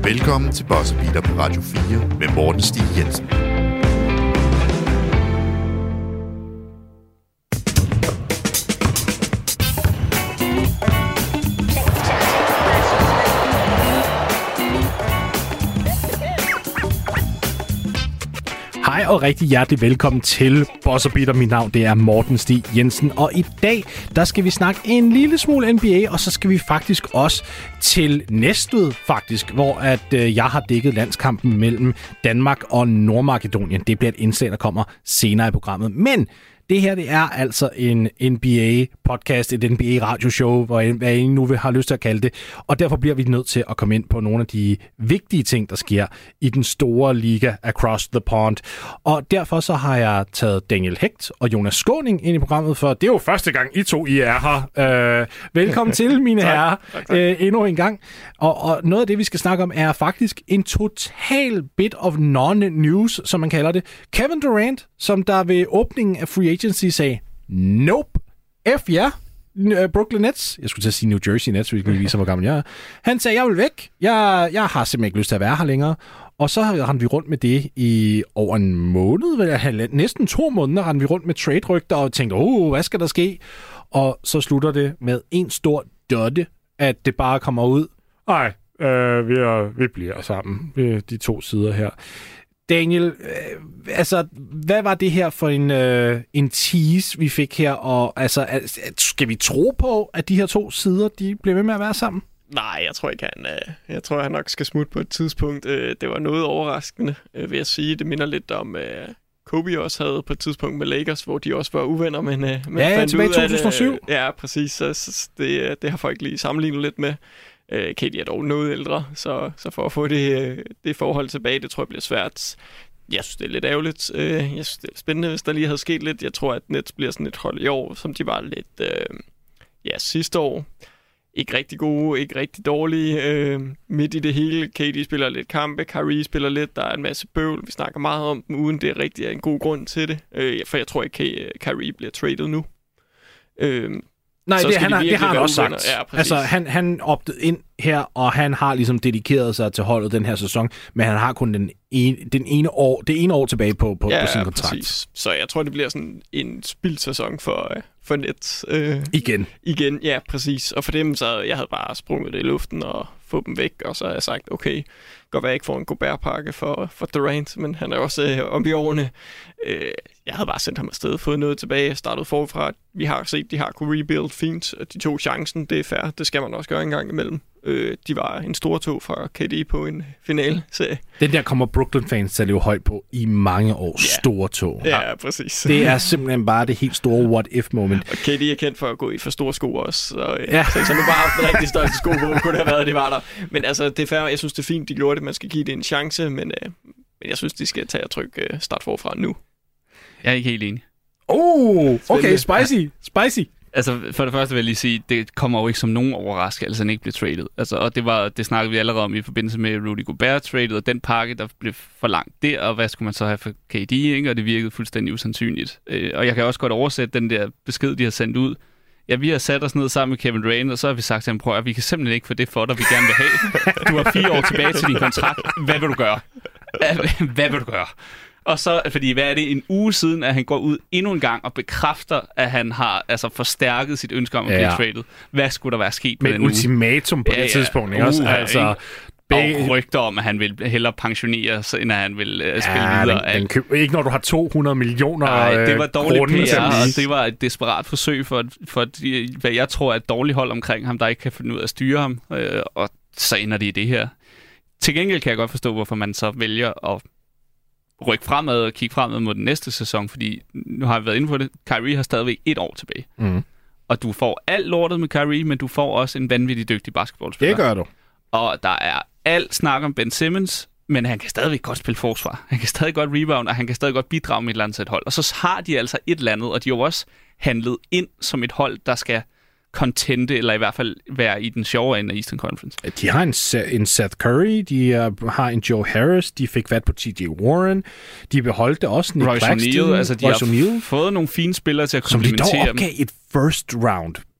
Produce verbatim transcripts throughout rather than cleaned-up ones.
Velkommen til Buzzer Beater på Radio fire med Morten Stig Jensen. Hej og rigtig hjertelig velkommen til Buzzer Beater. Mit navn det er Morten Stig Jensen, og i dag der skal vi snakke en lille smule N B A, og så skal vi faktisk også til Næstved, faktisk, hvor at øh, jeg har dækket landskampen mellem Danmark og Nordmakedonien. Det bliver et indslag, der kommer senere i programmet. Men det her, det er altså en N B A-podcast, et N B A-radioshow, hvad I nu vil have lyst til at kalde det. Og derfor bliver vi nødt til at komme ind på nogle af de vigtige ting, der sker i den store liga across the pond. Og derfor så har jeg taget Daniel Hecht og Jonas Skåning ind i programmet, for det er jo første gang, I to I er her. Øh, velkommen til, mine tak, herrer, tak, tak. Øh, endnu en gang. Og, og noget af det, vi skal snakke om, er faktisk en total bit of non-news, som man kalder det. Kevin Durant, som der ved åbningen af free agency sagde, nope, F ja, yeah. Brooklyn Nets, jeg skulle til at sige New Jersey Nets, hvis vi viser, hvor gammel jeg er. Han sagde, jeg vil væk, jeg, jeg har simpelthen ikke lyst til at være her længere. Og så rendte vi rundt med det i over en måned, næsten to måneder rendte vi rundt med trade-rygter og tænkte, oh, hvad skal der ske? Og så slutter det med en stor dotte, at det bare kommer ud. Nej, øh, vi, er, vi bliver sammen, de to sider her. Daniel, øh, altså, hvad var det her for en, øh, en tease, vi fik her? Og altså, altså, skal vi tro på, at de her to sider, de bliver ved med at være sammen? Nej, jeg tror ikke, han, øh, jeg tror, han nok skal smutte på et tidspunkt. Øh, det var noget overraskende, øh, vil jeg sige. Det minder lidt om, øh, Kobe også havde på et tidspunkt med Lakers, hvor de også var uvenner, men, øh, men ja, fandt tilbage i ud to tusind og syv. Af det. Ja, præcis. Så, så det, det har folk lige sammenlignet lidt med. Øh, K D er dog noget ældre, så, så for at få det, det forhold tilbage, det tror jeg bliver svært. Jeg synes, det er lidt ærgerligt. Jeg synes, det er spændende, hvis der lige havde sket lidt. Jeg tror, at Nets bliver sådan et hold i år, som de var lidt øh, ja, sidste år. Ikke rigtig gode, ikke rigtig dårlige. Øh, midt i det hele. K D spiller lidt kampe, Kyrie spiller lidt. Der er en masse bøvl. Vi snakker meget om dem, uden det rigtig er en god grund til det. Øh, for jeg tror ikke, Kyrie bliver traded nu. Øh, Nej, det, han har, det har han også sagt. Ja, altså, han, han opdagede ind her, og han har ligesom dedikeret sig til holdet den her sæson, men han har kun den ene, den ene år, det ene år tilbage på, på, ja, på sin kontrakt. Præcis. Så jeg tror, det bliver sådan en spildt sæson for, for Nets. Øh, igen. Igen, ja, præcis. Og for dem, så jeg havde bare sprunget det i luften og få dem væk, og så har jeg sagt, okay, godt være, jeg ikke får en Gobert-pakke for, for Durant, men han er også øh, om i årene. Øh, jeg havde bare sendt ham afsted, fået noget tilbage, startet forfra. Vi har set, de har kunne rebuild fint, og de tog chancen, det er fair, det skal man også gøre en gang imellem. Øh, de var en stor tog fra K D på en finale. Så. Den der kommer Brooklyn-fans til at leve højt på i mange år. Yeah. Store tog. Ja, ja, præcis. Det er simpelthen bare det helt store what-if-moment. Og K D er kendt for at gå i for store sko også. Så, ja. så, så nu bare haft en rigtig største sko på, kunne det have været, det var der. Men altså, det er fair. Jeg synes, det er fint, de gjorde det. Man skal give det en chance, men, øh, men jeg synes, de skal tage og trykke øh, start forfra nu. Jeg er ikke helt enig. Oh, okay, spicy, spicy. Altså, for det første vil jeg lige sige, det kommer jo ikke som nogen overraskelse, at han ikke blev traded. Altså, og det, var, det snakkede vi allerede om i forbindelse med Rudy Gobert traded, og den pakke, der blev for langt der, og hvad skulle man så have for K D, ikke? Og det virkede fuldstændig usandsynligt. Øh, og jeg kan også godt oversætte den der besked, de har sendt ud. Ja, vi har sat os ned sammen med Kevin Durant, og så har vi sagt til ham, prøv at vi kan simpelthen ikke få det for dig, vi gerne vil have. Du har fire år tilbage til din kontrakt. Hvad vil du gøre? Hvad vil du gøre? Og så, fordi hvad er det, en uge siden, at han går ud endnu en gang og bekræfter, at han har altså forstærket sit ønske om at blive ja. traded. Hvad skulle der være sket med den uge? Med ultimatum på ja, det tidspunkt, ikke uh, også? Altså, begge... Og rygter om, at han vil hellere pensionere sig, end at han vil uh, spille ja, videre. Den, den køb... Ikke når du har to hundrede millioner Nej, det var dårligt P R, og det var et desperat forsøg for, for de, hvad jeg tror er et dårligt hold omkring ham, der ikke kan finde ud af at styre ham. Øh, og så ender det i det her. Til gengæld kan jeg godt forstå, hvorfor man så vælger at rykke fremad og kigge fremad mod den næste sæson, fordi nu har vi været inde på det, Kyrie har stadigvæk et år tilbage. Mm. Og du får alt lortet med Kyrie, men du får også en vanvittig dygtig basketballspiller. Det gør du. Og der er alt snak om Ben Simmons, men han kan stadigvæk godt spille forsvar. Han kan stadig godt rebound, og han kan stadig godt bidrage med et eller andet hold. Og så har de altså et eller andet, og de har jo også handlet ind som et hold, der skal contente, eller i hvert fald være i den sjove ende af Eastern Conference. De har en, en Seth Curry, de uh, har en Joe Harris, de fik fat på T J Warren, de beholdt det også Nick Royce O'Neal, altså de Royce har f- fået nogle fine spillere til at komplementere dem. Som de dog opgav et first round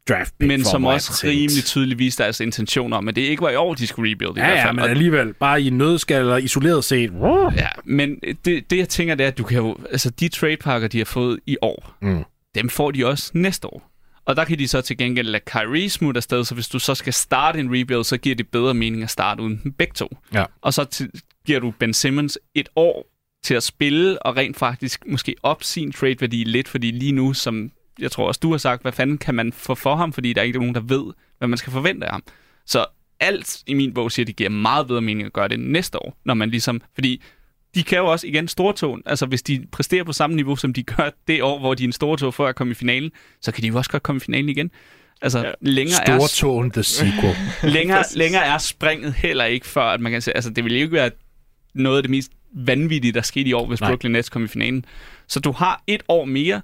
draft pick. Men for som mig, også rimelig tydeligt viste deres intentioner om, at det ikke var i år, de skulle rebuilde i ja, hvert fald. Ja, men alligevel, bare i en nødskal eller isoleret set. Ja, men det, det jeg tænker, det er, at du kan jo, altså de tradepakker, de har fået i år, mm. dem får de også næste år. Og der kan de så til gengæld lade Kyrie smutte afsted, så hvis du så skal starte en rebuild, så giver det bedre mening at starte uden begge to. Ja. Og så til, giver du Ben Simmons et år til at spille, og rent faktisk måske op sin trade-værdi lidt, fordi lige nu, som jeg tror også du har sagt, hvad fanden kan man få for ham, fordi der er ikke nogen, der ved, hvad man skal forvente af ham. Så alt i min bog siger, at det giver meget bedre mening at gøre det næste år, når man ligesom, fordi de kan jo også igen stortåen, altså hvis de præsterer på samme niveau, som de gør det år, hvor de er en stortog for at komme i finalen, så kan de jo også godt komme i finalen igen. Altså, ja. længere er... Stortåen, the sequel. længere, længere er springet heller ikke, før at man kan sige, altså det ville jo ikke være noget af det mest vanvittige, der skete i år, hvis Nej. Brooklyn Nets kom i finalen. Så du har et år mere,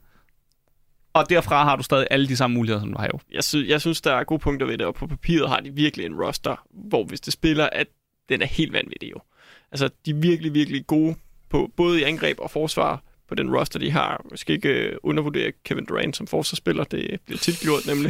og derfra har du stadig alle de samme muligheder, som du har jo. Jeg, sy- jeg synes, der er gode punkter ved det, og på papiret har de virkelig en roster, hvor hvis det spiller, at den er helt vanvittig jo. Altså, de er virkelig, virkelig gode på både i angreb og forsvar på den roster, de har. Jeg skal ikke uh, undervurdere Kevin Durant som forsvarsspiller. Det bliver tit gjort, nemlig.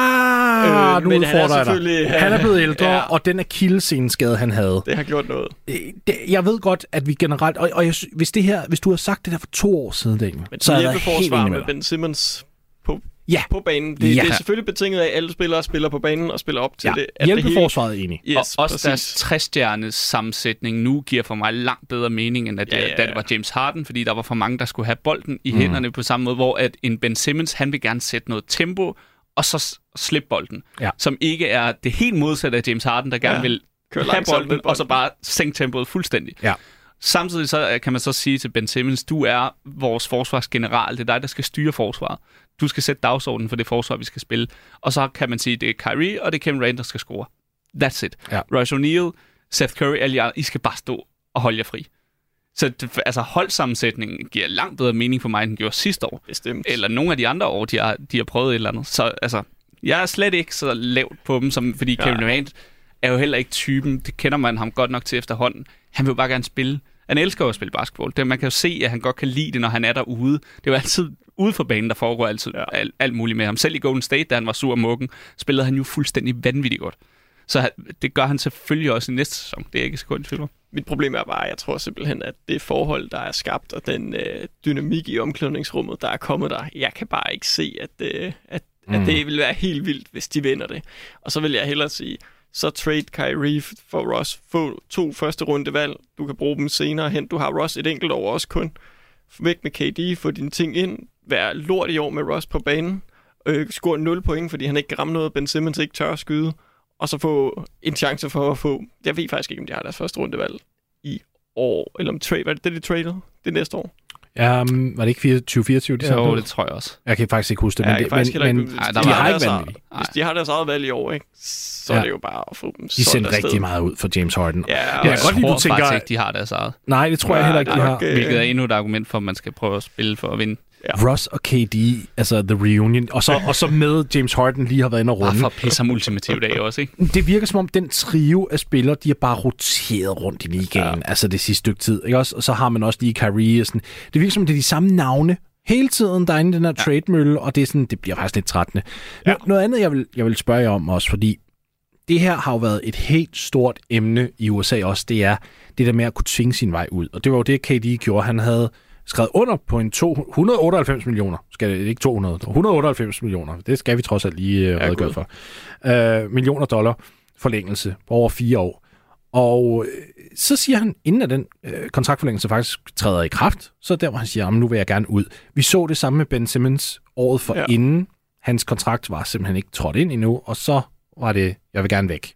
Ah, øh, nu udfordrer jeg dig. Han, han er blevet ældre, ja. Og den akillesseneskade, han havde. Det har gjort noget. Det, jeg ved godt, at vi generelt... Og, og jeg, hvis, det her, hvis du har sagt det der for to år siden, Daniel, men så er jeg helt enig med med Ben Simmons på, ja. på banen. Det, ja. det er selvfølgelig betinget af, at alle spillere spiller på banen og spiller op til ja. det. At Hjælpeforsvaret er enig. Yes, og også præcis. Deres tres-stjernes sammensætning nu giver for mig langt bedre mening, end at ja, ja, ja. da det var James Harden, fordi der var for mange, der skulle have bolden i mm. hænderne på samme måde, hvor at en Ben Simmons, han vil gerne sætte noget tempo, og så slippe bolden. Ja. Som ikke er det helt modsatte af James Harden, der gerne ja. vil Kør have bolden, bolden, og så bare sænke tempoet fuldstændig. Ja. Samtidig så kan man så sige til Ben Simmons, du er vores forsvarsgeneral, det er dig, der skal styre forsvaret. Du skal sætte dagsordenen for det forsvar, vi skal spille. Og så kan man sige, det er Kyrie, og det er Kevin Durant, der skal score. That's it. Ja. Royce O'Neal, Seth Curry, alle jer, I skal bare stå og holde jer fri. Så det, altså holdsammensætningen giver langt bedre mening for mig, end den gjorde sidste år. Bestemt. Eller nogle af de andre år, de har, de har prøvet et eller andet. Så altså, jeg er slet ikke så lavt på dem, som, fordi ja. Kevin Durant er jo heller ikke typen. Det kender man ham godt nok til efterhånden. Han vil jo bare gerne spille. Han elsker jo at spille basketball. Det, man kan jo se, at han godt kan lide det, når han er derude. Det er jo altid ude for banen, der foregår altid ja. alt, alt muligt med ham. Selv i Golden State, da han var sur mukken, spillede han jo fuldstændig vanvittigt godt. Så det gør han selvfølgelig også i næste sæson. Det er ikke så godt i tvivl. Mit problem er bare, at jeg tror simpelthen, at det forhold, der er skabt, og den øh, dynamik i omklædningsrummet, der er kommet der, jeg kan bare ikke se, at, øh, at, mm. at det vil være helt vildt, hvis de vinder det. Og så vil jeg hellere sige, så trade Kyrie for Ross. Få to første rundevalg. Du kan bruge dem senere hen. Du har Ross et enkelt år også kun. Væk med K D, få dine ting ind. Vær lort i år med Ross på banen. Øh, score nul point, fordi han ikke kan ramme noget. Ben Simmons ikke tør at skyde. Og så få en chance for at få... Jeg ved faktisk ikke, om de har deres første rundevalg i år. Eller om trade... Hvad er det, det de traded? Det næste år? Um, var det ikke tyve fireogtyve? De jo, det tror jeg også. Jeg kan faktisk ikke huske det, men, ja, det, men, men ikke, de, de har ikke vanvittigt. Hvis de har deres eget valg i år, ikke, så ja. er det jo bare at få dem de sendte rigtig meget ud for James Harden. Ja, jeg, jeg godt lide, du tænker... faktisk ikke, de har deres eget. Nej, det tror ja, jeg heller ikke, de har. Øh... Hvilket er endnu et argument for, at man skal prøve at spille for at vinde. Ja. Ross og K D, altså The Reunion, og så, og så med James Harden lige har været inde og runde. Bare for at pisse ham ultimativt af også, ikke? Det virker som om, den trio af spillere, de har bare roteret rundt i ligaen, ja. altså det sidste stykke tid. Ikke også? Og så har man også lige Kyrie og sådan. Det virker som om, det er de samme navne hele tiden, der er inde i den her ja. trade-mølle, og det, er sådan, det bliver faktisk lidt trættende. Ja. Noget andet, jeg vil, jeg vil spørge jer om også, fordi det her har jo været et helt stort emne i U S A også, det er det der med at kunne tvinge sin vej ud. Og det var jo det, K D gjorde. Han havde skrevet under på en to hundrede otteoghalvfems millioner. Skal det ikke to hundrede? et hundrede otteoghalvfems millioner. Det skal vi trods alt lige uh, redegøre for. Uh, millioner dollar forlængelse over fire år. Og uh, så siger han, inden at den uh, kontraktforlængelse faktisk træder i kraft, så der hvor han siger, nu vil jeg gerne ud. Vi så det samme med Ben Simmons året for ja. inden. Hans kontrakt var simpelthen ikke trådt ind endnu, og så var det, jeg vil gerne væk.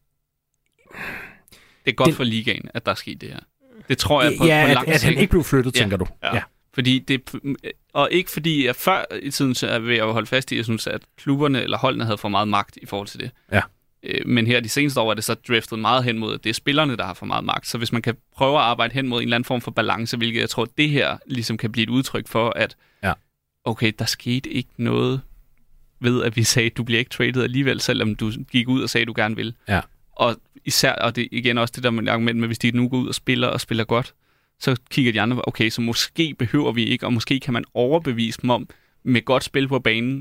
Det er godt den, for ligaen, at der er sket det her. Det tror jeg på, ja, på at, lang at han ikke blev flyttet, ja. tænker du? Ja. ja. Fordi det, og ikke fordi, jeg før i tiden så vil jeg holde fast i, jeg synes, at klubberne eller holdene havde for meget magt i forhold til det. Ja. Men her de seneste år er det så driftet meget hen mod, at det er spillerne, der har for meget magt. Så hvis man kan prøve at arbejde hen mod en eller anden form for balance, hvilket jeg tror, det her ligesom kan blive et udtryk for, at ja. okay, der skete ikke noget ved, at vi sagde, du bliver ikke traded alligevel, selvom du gik ud og sagde, du gerne vil. Ja. Og især, og det igen også det der med argument med, hvis de nu går ud og spiller og spiller godt, så kigger de andre, okay, så måske behøver vi ikke, og måske kan man overbevise dem om, med godt spil på banen,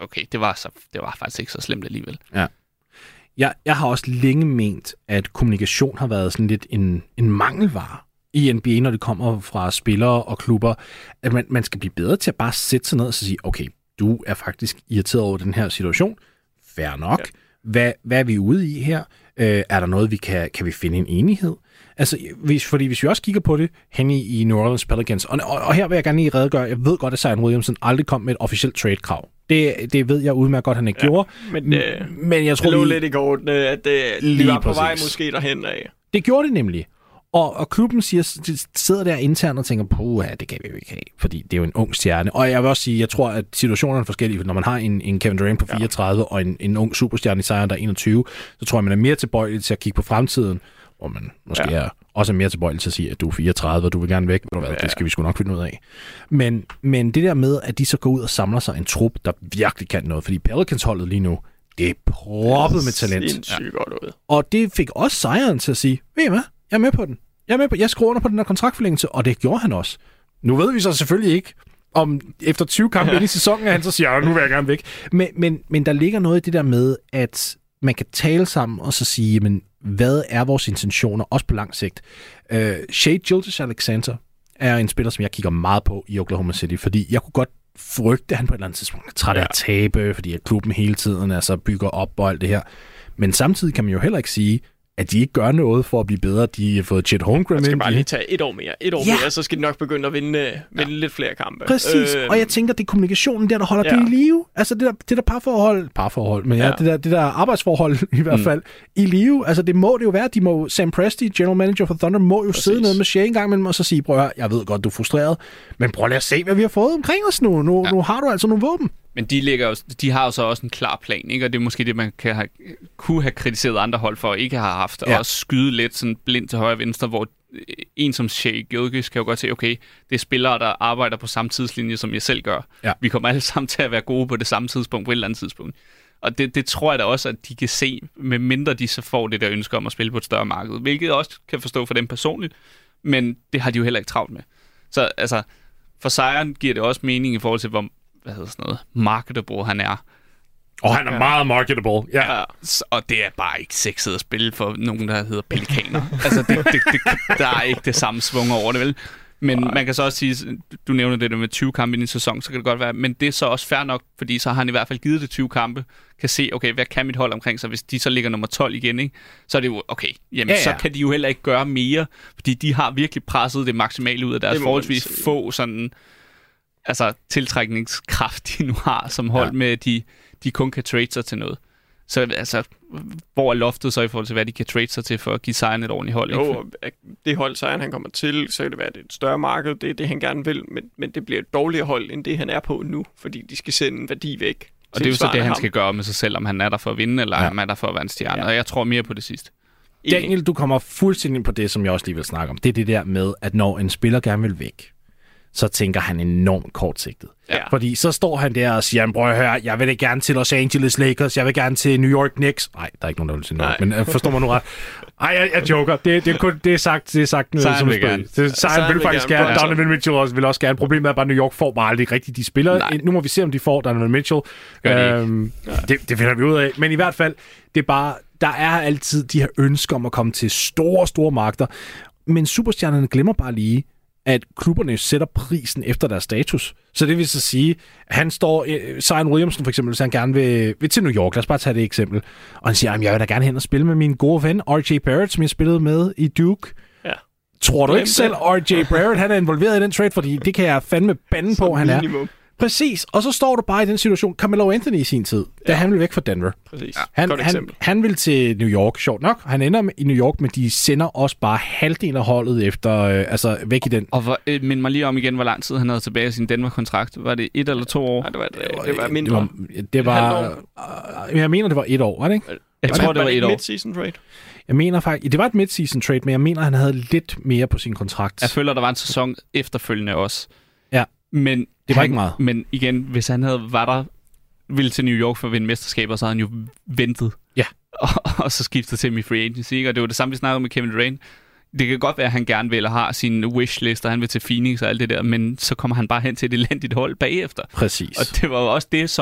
okay, det var, så, det var faktisk ikke så slemt alligevel. Ja. Jeg, jeg har også længe ment, at kommunikation har været sådan lidt en, en mangelvare i N B A, når det kommer fra spillere og klubber, at man, man skal blive bedre til at bare sætte sig ned og sige, okay, du er faktisk irriteret over den her situation. Fair nok. Ja. Hvad, hvad er vi ude i her? Øh, er der noget, vi kan, kan vi finde en enighed? Altså, hvis, fordi hvis vi også kigger på det hen i, i New Orleans Pelicans, og, og, og her vil jeg gerne lige redegøre, jeg ved godt, at Zion Williamson aldrig kom med et officielt trade-krav. Det, det ved jeg udmærket godt, han ikke ja, gjorde. Men, øh, men jeg tror, det lå vi, lidt i går, at det, de var på præcis. vej måske derhen af. Det gjorde det nemlig. Og, og klubben siger, de sidder der internt og tænker, puh, ja, det kan vi jo ikke have, fordi det er jo en ung stjerne. Og jeg vil også sige, jeg tror, at situationerne er forskellige. Når man har en, en Kevin Durant på fireogtredive ja. og en, en ung superstjerne i Zion, der er enogtyve, så tror jeg, man er mere tilbøjelig til at kigge på fremtiden, hvor man måske ja. er også er mere tilbøjelig til at sige, at du er fireogtredive, og du vil gerne væk. Ja. Det skal vi sgu nok finde ud af. Men, men det der med, at de så går ud og samler sig en trup, der virkelig kan noget, fordi Pelicans-holdet lige nu, det er proppet med talent. Ja. Godt ud. Og det fik også Zion til at sige, ved I hvad, jeg er med på den. Jeg er med på, jeg skruer under på den her kontraktforlængelse, og det gjorde han også. Nu ved vi så selvfølgelig ikke, om efter tyve kampe ja. ind i sæsonen, at han så siger, nu vil jeg gerne væk. Men, men, men der ligger noget i det der med, at man kan tale sammen og så sige, men hvad er vores intentioner, også på lang sigt. Uh, Shai Gilgeous-Alexander er en spiller, som jeg kigger meget på i Oklahoma City, fordi jeg kunne godt frygte, at han på et eller andet tidspunkt er træt af ja. at tabe, fordi at klubben hele tiden altså bygger op og alt det her. Men samtidig kan man jo heller ikke sige, at de ikke gør noget for at blive bedre. De har fået Chet Holmgren ind. De skal bare lige tage et år mere. Et år ja. mere, så skal de nok begynde at vinde, vinde ja. lidt flere kampe. Præcis, øh, og jeg tænker, det er kommunikationen der, der holder ja. det i live. Altså det der, det der parforhold, parforhold, men ja, ja det, der, det der arbejdsforhold i hvert fald, mm. i live. Altså det må det jo være. De må, Sam Presti, general manager for Thunder, må jo Præcis. sidde ned med Shea en gang imellem og så sige, prøv at høre, jeg ved godt, du er frustreret, men prøv lige at se, hvad vi har fået omkring os nu. Nu, ja. nu har du altså nogle våben. Men de, ligger jo, de har jo så også en klar plan, ikke? Og det er måske det, man kan have, kunne have kritiseret andre hold for at ikke have haft, ja. og også skyde lidt sådan blind til højre og venstre, hvor en som Shai Gilgeous kan jo godt se, okay, det er spillere, der arbejder på samme tidslinje, som jeg selv gør. Ja. Vi kommer alle sammen til at være gode på det samme tidspunkt, på et eller andet tidspunkt. Og det, det tror jeg da også, at de kan se, med mindre de så får det der ønske om at spille på et større marked, hvilket jeg også kan forstå for dem personligt, men det har de jo heller ikke travlt med. Så altså, for Zion giver det også mening i forhold til, hvor hvad hedder sådan noget, marketable han er. Og han er ja. meget marketable, ja. ja. Og det er bare ikke sexet at spille for nogen, der hedder pelikaner. altså, det, det, det, der er ikke det samme svung over det, vel? Men Nej. man kan så også sige, du nævner det der med tyve kampe i en sæson, så kan det godt være, men det er så også fair nok, fordi så har han i hvert fald givet det tyve kampe, kan se, okay, hvad kan mit hold omkring sig, hvis de så ligger nummer tolv igen, ikke? Så er det jo, okay, jamen ja, ja. så kan de jo heller ikke gøre mere, fordi de har virkelig presset det maksimale ud af deres forholdsvis få sådan, altså tiltrækningskraft, de nu har som hold ja. med, at de, de kun kan trade sig til noget. Så altså, hvor er loftet så i forhold til, hvad de kan trade sig til for at give Zion et ordentligt hold? Jo, det hold Zion, han kommer til, så kan det være, at det er et større marked, det er det, han gerne vil, men, men det bliver et dårligere hold, end det, han er på nu, fordi de skal sende en værdi væk. Og det er jo så det, han skal gøre med sig selv, om han er der for at vinde, eller ja. han er der for at være en stjerne. Ja. Og jeg tror mere på det sidste. Daniel, du kommer fuldstændig på det, som jeg også lige vil snakke om. Det er det der med, at når en spiller gerne vil væk, så tænker han enormt kortsigtet. Ja. Fordi så står han der og siger, prøv at høre, jeg vil ikke gerne til Los Angeles Lakers, jeg vil gerne til New York Knicks. Nej, der er ikke nogen, der vil til New York, men uh, forstår man nu ret. Ej, jeg, jeg joker. Det, det, er kun, det er sagt, det er sagt noget, som spil. Zion vil faktisk gerne. gerne. Donovan Mitchell også, vil også gerne. Problemet er bare, at New York får bare aldrig rigtigt de spillere. Nej. Nu må vi se, om de får Donovan Mitchell. Øhm, det, det finder vi ud af. Men i hvert fald, det er bare, der er altid de her ønsker om at komme til store, store magter. Men superstjernerne glemmer bare lige, at klubberne sætter prisen efter deres status. Så det vil så sige, at han står, Zion Williamson for eksempel, hvis han gerne vil, vil til New York, lad os bare tage det eksempel, og han siger, at jeg vil da gerne hen og spille med min gode ven, R J Barrett, som jeg spillede med i Duke. Ja. Tror du ikke selv, R J Barrett, han er involveret i den trade, fordi det kan jeg fandme bande på, han er. Præcis, og så står du bare i den situation, Carmelo Anthony i sin tid, da ja. han ville væk fra Denver. Præcis. Han, han, han vil til New York, sjovt nok. Han ender i New York, men de sender også bare halvdelen af holdet efter, øh, altså væk i den. Og hvor, øh, mind mig lige om igen, hvor lang tid han havde tilbage i sin Denver-kontrakt. Var det et eller to år? Nej, det var, det, det var mindre. Det var, det var øh, jeg mener, det var et år, var det ikke? Jeg, jeg tror, det, det var et år. Mid-season trade? Jeg mener faktisk, det var et mid-season trade, men jeg mener, han havde lidt mere på sin kontrakt. Jeg føler, der var en sæson efterfølgende også. Ja. Men det var han, ikke meget. Men igen, hvis han havde var der, ville til New York for at vinde mesterskaber, så havde han jo ventet. Ja. Og, og så skiftet til i free agency. Og det var det samme, vi snakkede med Kevin Durant. Det kan godt være, at han gerne vil og har sin wishlist, og han vil til Phoenix og alt det der, men så kommer han bare hen til et elendigt hold bagefter. Præcis. Og det var jo også det, som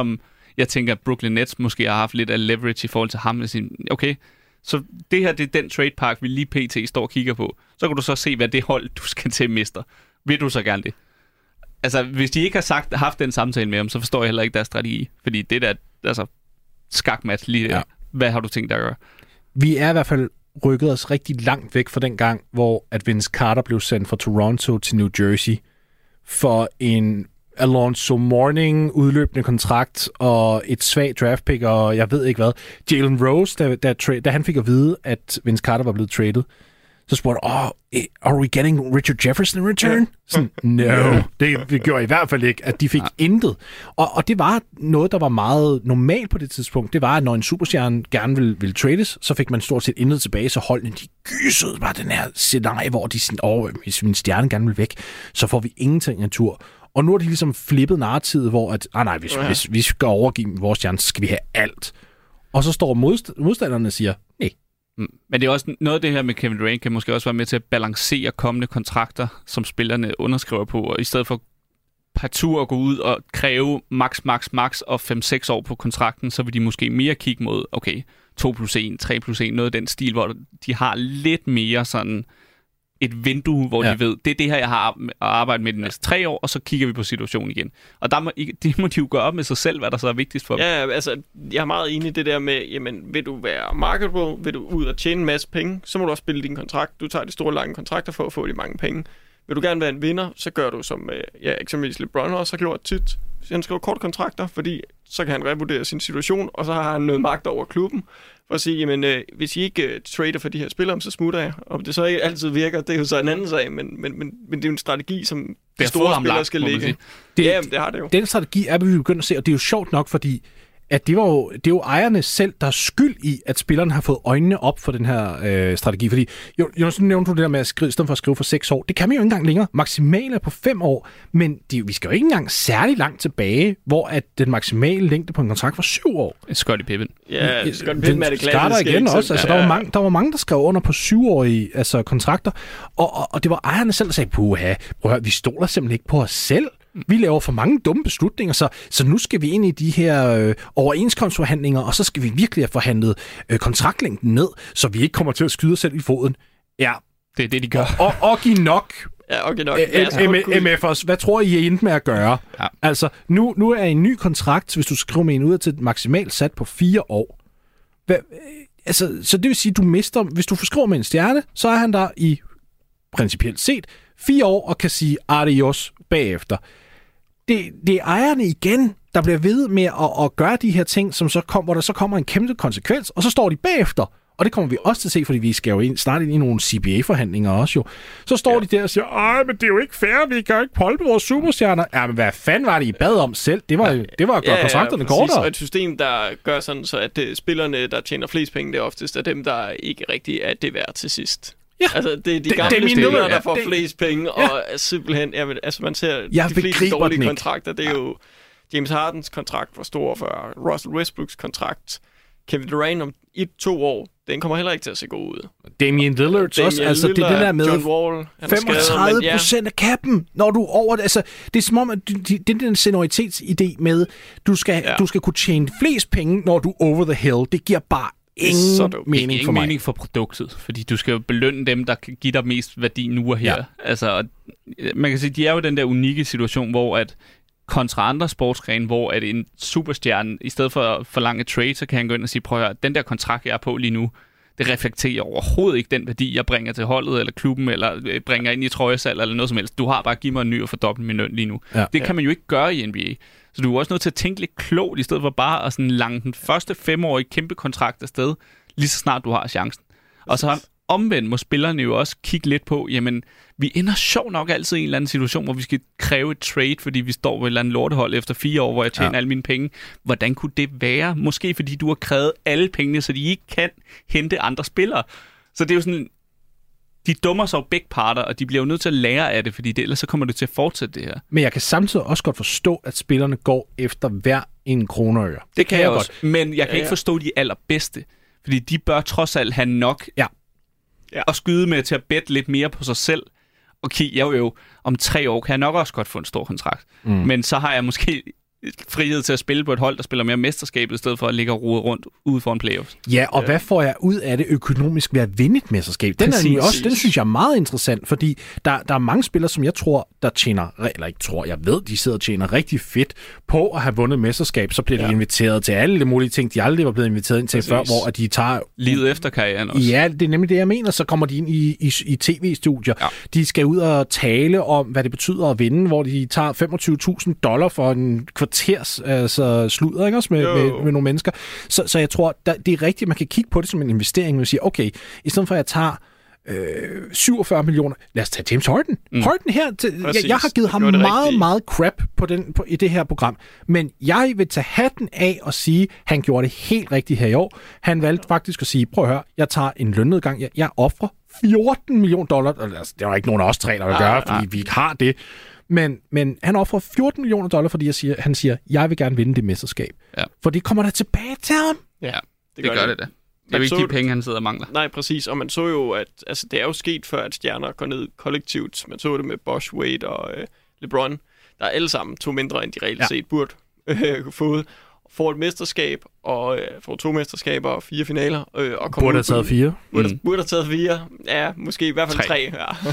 Jeg tænker, at Brooklyn Nets måske har haft lidt af leverage i forhold til ham med sin... Okay, så det her, det er den trade park, vi lige pt. Står og kigger på. Så kan du så se, hvad det hold, du skal til mister. Vil du så gerne det? Altså, hvis de ikke har sagt, haft den samtale med ham, så forstår jeg heller ikke deres strategi. Fordi det der, altså, skakmat lige der. Ja. Hvad har du tænkt dig at gøre? Vi er i hvert fald rykket os rigtig langt væk fra den gang, hvor at Vince Carter blev sendt fra Toronto til New Jersey for en Alonzo Mourning udløbende kontrakt og et svagt draft pick, og jeg ved ikke hvad. Jalen Rose, da, da, tra- da han fik at vide, at Vince Carter var blevet traded, så spurgte jeg, oh, are we getting Richard Jefferson in return? Sådan, no, det, det gjorde i hvert fald ikke, at de fik ja. intet. Og, og det var noget, der var meget normalt på det tidspunkt. Det var, at når en superstjerne gerne ville, ville trades, så fik man stort set intet tilbage, så holdene de gysede bare den her scenarie, hvor de sådan, åh, oh, hvis min stjerne gerne vil væk, så får vi ingenting natur. Og nu har de ligesom flippet narrativet, hvor at, ah nej, hvis, ja. hvis vi skal overgive vores stjerne, så skal vi have alt. Og så står modst- modstanderne og siger, nej. Men det er også noget af det her med Kevin Durant kan måske også være med til at balancere kommende kontrakter, som spillerne underskriver på, og i stedet for partout at gå ud og kræve max, max, max og fem seks år på kontrakten, så vil de måske mere kigge mod, okay, to plus en, tre plus en, noget af den stil, hvor de har lidt mere sådan et vindue, hvor ja. de ved, det er det her, jeg har at arbejde med de næste tre år, og så kigger vi på situationen igen. Og der må, det må de jo gøre op med sig selv, hvad der så er vigtigst for dem. Ja, altså, jeg er meget enig i det der med, jamen, vil du være marketable, vil du ud og tjene en masse penge, så må du også spille din kontrakt. Du tager de store, lange kontrakter for at få de mange penge. Vil du gerne være en vinder, så gør du som, ja, eksempelvis LeBron også har gjort tit. Han skriver kort kontrakter, fordi så kan han revurdere sin situation, og så har han noget magt over klubben, for at sige, jamen, øh, hvis I ikke øh, trader for de her spillere, så smutter jeg. Og det så ikke altid virker, det er jo så en anden sag, men, men, men, men det er jo en strategi, som de store spillere langt, skal ligge. Det, ja, det har det jo. Den strategi er vi begyndt at se, og det er jo sjovt nok, fordi at det, var jo, det er jo ejerne selv, der er skyld i, at spillerne har fået øjnene op for den her øh, strategi. Fordi, jo, jo, så nævnte du det der med at skrive, i stedet for at skrive for seks år. Det kan man jo ikke engang længere. Maksimalt er på fem år, men de, vi skal jo ikke engang særlig langt tilbage, hvor at den maksimale længde på en kontrakt var syv år. Scottie Pippen. Ja, Scottie Pippen er det klassiske. igen også. Altså, der, var mange, der var mange, der skrev under på syvårige altså, kontrakter, og, og, og det var ejerne selv, der sagde, puha, prøv at høre, vi stoler simpelthen ikke på os selv. Vi laver for mange dumme beslutninger, så, så nu skal vi ind i de her øh, overenskomstforhandlinger, og så skal vi virkelig have forhandlet øh, kontraktlængden ned, så vi ikke kommer til at skyde os selv i foden. Ja, det er det, de gør. Og, og give nok. Ja, okay nok. M F'ers, hvad tror I, I endte med at gøre? Ja. Altså, nu, nu er en ny kontrakt, hvis du skriver med en ud til et maksimalt sat på fire år. Hvad, altså, så det vil sige, du mister, hvis du forskriver med en stjerne, så er han der i principielt set fire år og kan sige adios bagefter. Det, det er ejerne igen, der bliver ved med at, at gøre de her ting, som så kom, hvor der så kommer en kæmpe konsekvens, og så står de bagefter. Og det kommer vi også til at se, fordi vi skal jo ind, snart ind i nogle C B A-forhandlinger også jo. Så står ja. de der og siger, ej, men det er jo ikke fair, vi kan jo ikke holde på vores superstjerner. Ja, men hvad fanden var det, I bad om selv? Det var, det var at gøre ja, kontrakterne ja, kortere. Og et system, der gør sådan, så at det, spillerne, der tjener flest penge, det er oftest er dem, der ikke rigtig er det værd til sidst. Ja. Altså, det er de det, gamle det spillere, der får det, flest penge, ja. og simpelthen, ja, altså man ser jeg de fleste dårlige kontrakter, det er ja. jo James Hardens kontrakt var stor for Russell Westbrooks kontrakt. Kevin Durant om et, to år, den kommer heller ikke til at se god ud. Damian Lillard Damian også, altså Lillard, det er det der med John Wall, femogtredive procent ja. af kappen, når du over det, altså det er som om, at det er den senioritetsidé med, du skal, ja. du skal kunne tjene flest penge, når du er over the hill, det giver bare ingen mening ingen for mig. mening for produktet, fordi du skal jo belønne dem, der kan give dig mest værdi nu og her. Ja. Altså, man kan sige, de er jo i den der unikke situation, hvor at kontra andre sportsgrene, hvor at en superstjerne, i stedet for at forlange trade, så kan han gå ind og sige, prøv at høre, den der kontrakt, jeg er på lige nu, det reflekterer overhovedet ikke den værdi, jeg bringer til holdet, eller klubben, eller bringer ind i trøjesalg, eller noget som helst. Du har bare givet mig en ny og fordoble min løn lige nu. Ja. Det kan man jo ikke gøre i N B A. Så du er også nødt til at tænke lidt klogt, i stedet for bare at sådan lange den første femårige kæmpe kontrakt afsted, lige så snart du har chancen. Og så omvendt må spillerne jo også kigge lidt på, jamen, vi ender sjov nok altid i en eller anden situation, hvor vi skal kræve et trade, fordi vi står ved et eller andet lortehold efter fire år, hvor jeg tjener ja. alle mine penge. Hvordan kunne det være? Måske fordi du har krævet alle pengene, så de ikke kan hente andre spillere. Så det er jo sådan, de dummer sig jo begge parter, og de bliver jo nødt til at lære af det, fordi det, ellers så kommer det til at fortsætte det her. Men jeg kan samtidig også godt forstå, at spillerne går efter hver en krone og øre. Det kan jeg, jeg også, godt. Men jeg kan ja, ja. ikke forstå de allerbedste, fordi de bør trods alt have nok ja. Ja. at skyde med til at bette lidt mere på sig selv. Okay, jeg jo, jo om tre år kan jeg nok også godt få en stor kontrakt. Mm. Men så har jeg måske frihed til at spille på et hold, der spiller mere mesterskab, i stedet for at ligge og rode rundt ude for en playoffs. Ja, og ja. hvad får jeg ud af det økonomisk ved at vinde et mesterskab? Den, er jo også, den synes jeg er meget interessant, fordi der, der er mange spillere, som jeg tror, der tjener, eller ikke tror, jeg ved, de sidder og tjener rigtig fedt på at have vundet mesterskab, så bliver ja. de inviteret til alle de mulige ting, de aldrig var blevet inviteret ind til Præcis. før, hvor de tager... Livet efter karrieren også. Ja, det er nemlig det, jeg mener. Så kommer de ind i, i, i tv-studier. Ja. De skal ud og tale om, hvad det betyder at vinde, hvor de tager femogtyve tusind dollar for en kvarters altså, sludder, ikke også, med, med, med nogle mennesker. Så, så jeg tror, der, det er rigtigt, man kan kigge på det som en investering, og sige, okay, i stedet for at jeg tager øh, syvogfyrre millioner, lad os tage James Harden. Mm. Harden her, til, jeg, jeg har givet ham meget, rigtigt. meget crap på den, på, i det her program, men jeg vil tage hatten af og sige, han gjorde det helt rigtigt her i år. Han valgte faktisk at sige, prøv at høre, jeg tager en lønnedgang, jeg, jeg offrer fjorten millioner dollar, altså, det er jo ikke nogen af os tre, der vil gøre, ah, fordi ah. vi ikke har det. Men, men han offrer fjorten millioner dollar, fordi jeg siger, han siger, jeg vil gerne vinde det mesterskab. Ja. For det kommer der tilbage til ham. Ja, det, det gør det, det da. Det er jo ikke de penge, han sidder og mangler. Nej, præcis. Og man så jo, at altså, det er jo sket før, at stjerner går ned kollektivt. Man så det med Bosh, Wade og øh, LeBron. Der er alle sammen to mindre, end de reelt ja. set burde øh, få. Får et mesterskab, og øh, får to mesterskaber og fire finaler. Øh, og burde have taget fire. Burde, mm. burde have taget fire. Ja, måske i hvert fald tre. tre ja.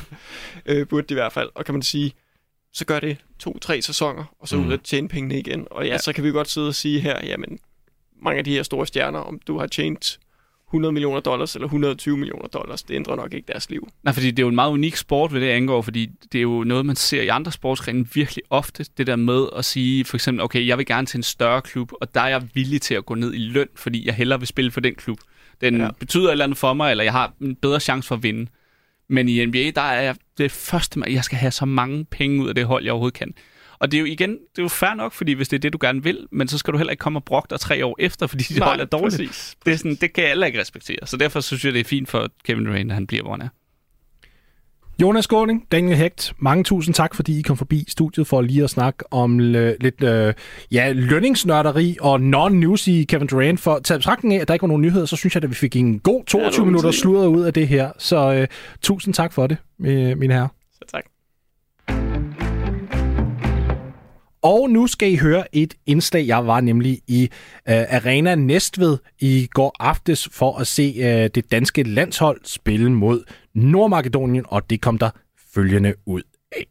øh, burde det i hvert fald. Og kan man sige, så gør det to-tre sæsoner, og så mm. ud at tjene pengene igen. Og ja, ja, så kan vi godt sidde og sige her, jamen, mange af de her store stjerner, om du har tjent hundrede millioner dollars eller et hundrede og tyve millioner dollars, det ændrer nok ikke deres liv. Nej, fordi det er jo en meget unik sport, ved det angår, fordi det er jo noget, man ser i andre sportsgrene virkelig ofte, det der med at sige, for eksempel, okay, jeg vil gerne til en større klub, og der er jeg villig til at gå ned i løn, fordi jeg hellere vil spille for den klub. Den ja. betyder et eller andet for mig, eller jeg har en bedre chance for at vinde. Men i N B A, der er jeg det første, jeg skal have så mange penge ud af det hold, jeg overhovedet kan. Og det er jo igen, det er jo fair nok, fordi hvis det er det, du gerne vil, men så skal du heller ikke komme og brokke dig tre år efter, fordi dit hold er dårligt. Præcis, præcis. Det, er sådan, det kan alle ikke respektere. Så derfor synes jeg, det er fint for Kevin Durant, at han bliver, hvor han er. Jonas Skåning, Daniel Hecht, mange tusind tak, fordi I kom forbi studiet for lige at snakke om l- lidt øh, ja, lønningsnørderi og non-news i Kevin Durant. For til betragtning af, at der ikke var nogen nyheder, så synes jeg, at vi fik en god toogtyve ja, minutter sludret ud af det her. Så øh, tusind tak for det, mine herrer. Så tak. Og nu skal I høre et indslag. Jeg var nemlig i øh, Arena Næstved i går aftes for at se øh, det danske landshold spille mod Nordmakedonien, og det kom der følgende ud af.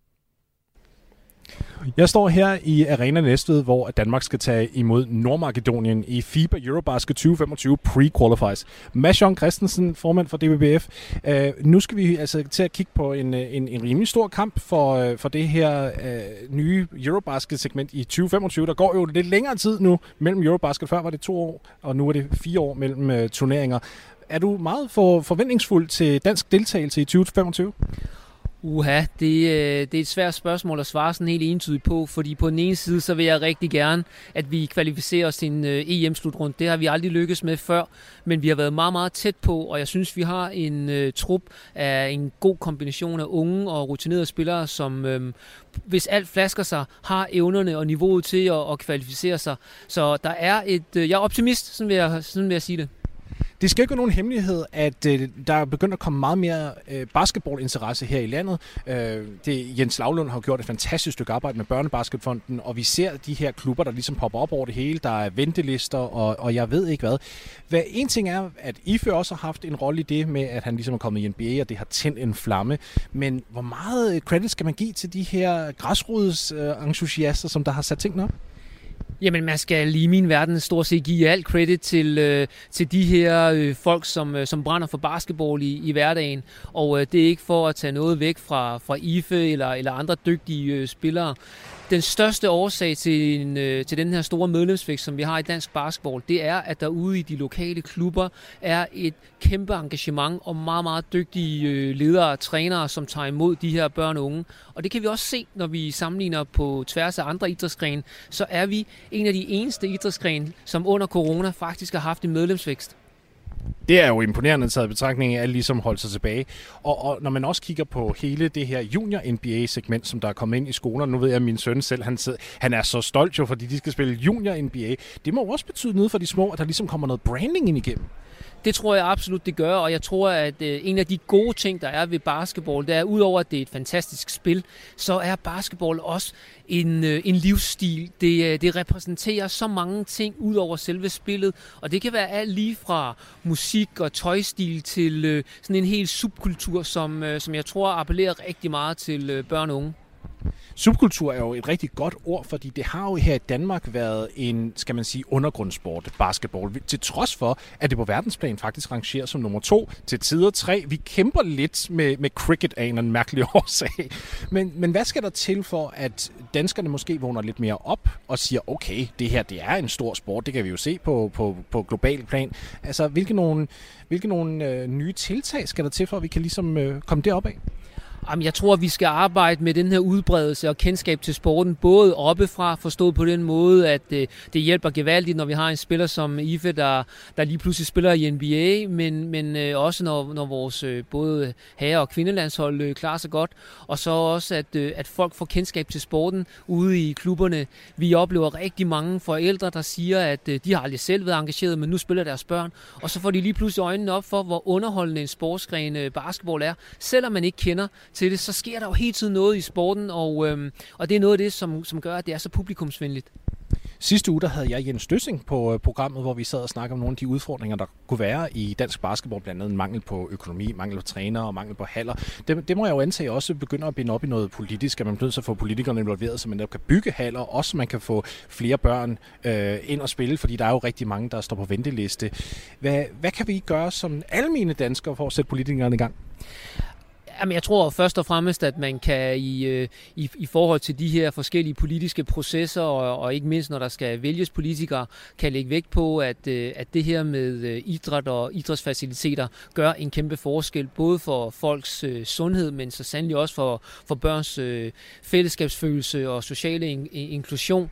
Jeg står her i Arena Næstved, hvor Danmark skal tage imod Nordmakedonien i FIBA Eurobasket tyve femogtyve Pre-Qualifiers. Mads Jørgen Christensen, formand for D B B F. Uh, nu skal vi altså til at kigge på en, en, en rimelig stor kamp for, uh, for det her uh, nye Eurobasket-segment i tyve femogtyve. Der går jo lidt længere tid nu mellem Eurobasket. Før var det to år, og nu er det fire år mellem uh, turneringer. Er du meget for, forventningsfuld til dansk deltagelse i tyve femogtyve? Uha, det, det er et svært spørgsmål at svare sådan helt entydigt på, fordi på den ene side, så vil jeg rigtig gerne, at vi kvalificerer os til en E M-slutrunde. Det har vi aldrig lykkes med før, men vi har været meget, meget tæt på, og jeg synes, vi har en uh, trup af en god kombination af unge og rutinerede spillere, som um, hvis alt flasker sig, har evnerne og niveauet til at, at kvalificere sig. Så der er et, uh, jeg er optimist, sådan vil jeg, sådan vil jeg sige det. Det skal ikke være nogen hemmelighed, at øh, der er begyndt at komme meget mere øh, basketballinteresse her i landet. Øh, det, Jens Lavlund har gjort et fantastisk stykke arbejde med Børnebasketfonden, og vi ser de her klubber, der ligesom popper op over det hele. Der er ventelister, og, og jeg ved ikke hvad. hvad. En ting er, at I F E også har haft en rolle i det med, at han ligesom er kommet i N B A, og det har tændt en flamme. Men hvor meget credit skal man give til de her græsrodsentusiaster, som der har sat tingene op? Jamen, man skal lige i min verden stort set give alt credit til, øh, til de her øh, folk, som, øh, som brænder for basketball i, i hverdagen. Og øh, det er ikke for at tage noget væk fra, fra I F E eller, eller andre dygtige øh, spillere. Den største årsag til, en, øh, til den her store medlemsvækst, som vi har i dansk basketball, det er, at der ude i de lokale klubber er et kæmpe engagement og meget, meget dygtige øh, ledere og trænere, som tager imod de her børn og unge. Og det kan vi også se, når vi sammenligner på tværs af andre idrætsgrene, så er vi en af de eneste idrætsgrene, som under corona faktisk har haft en medlemsvækst. det er jo imponerende taget betragtning af, at ligesom holdt sig tilbage. Og, og når man også kigger på hele det her junior-N B A-segment, som der er kommet ind i skolerne, nu ved jeg, at min søn selv, han, sidder, han er så stolt jo, fordi de skal spille junior-N B A. Det må også betyde noget for de små, at der ligesom kommer noget branding ind igennem. Det tror jeg absolut, det gør, og jeg tror, at øh, en af de gode ting, der er ved basketball, det er, udover at det er et fantastisk spil, så er basketball også en, øh, en livsstil. Det, det repræsenterer så mange ting ud over selve spillet, og det kan være alt lige fra musik og tøjstil til øh, sådan en hel subkultur, som, øh, som jeg tror appellerer rigtig meget til øh, børn og unge. Subkultur er jo et rigtig godt ord, fordi det har jo her i Danmark været en, skal man sige, undergrundssport, basketball. Til trods for, at det på verdensplan faktisk rangerer som nummer to, til tider tre. Vi kæmper lidt med, med cricket af en mærkelig årsag. Men, men hvad skal der til for, at danskerne måske vågner lidt mere op og siger, okay, det her det er en stor sport, det kan vi jo se på, på, på global plan. Altså, hvilke nogle, hvilke nogle øh, nye tiltag skal der til for, at vi kan ligesom øh, komme derop af? Jamen, jeg tror, at vi skal arbejde med den her udbredelse og kendskab til sporten, både oppefra, forstået på den måde, at det, det hjælper gevaldigt, når vi har en spiller som Ife, der, der lige pludselig spiller i N B A, men, men øh, også når, når vores øh, både herre- og kvindelandshold øh, klarer sig godt, og så også, at, øh, at folk får kendskab til sporten ude i klubberne. Vi oplever rigtig mange forældre, der siger, at øh, de har aldrig selv været engageret, men nu spiller deres børn, og så får de lige pludselig øjnene op for, hvor underholdende en sportsgren øh, basketball er, selvom man ikke kender til det, så sker der jo hele tiden noget i sporten, og, øhm, og det er noget af det, som, som gør, at det er så publikumsvenligt. Sidste uge der havde jeg Jens Døssing på programmet, hvor vi sad og snakkede om nogle af de udfordringer, der kunne være i dansk basketball, blandt andet mangel på økonomi, mangel på trænere og mangel på haller. Det, det må jeg jo antage også begynder at binde op i noget politisk, at man bliver nødt til at få politikerne involveret, så man kan bygge haller, også man kan få flere børn øh, ind og spille, fordi der er jo rigtig mange, der står på venteliste. Hvad, hvad kan vi gøre som almene danskere for at sætte politikerne i gang? Jamen, jeg tror først og fremmest, at man kan i, i, i forhold til de her forskellige politiske processer, og, og ikke mindst når der skal vælges politikere, kan lægge vægt på, at, at det her med idræt og idrætsfaciliteter gør en kæmpe forskel, både for folks øh, sundhed, men så sandelig også for, for børns øh, fællesskabsfølelse og sociale in, inklusion.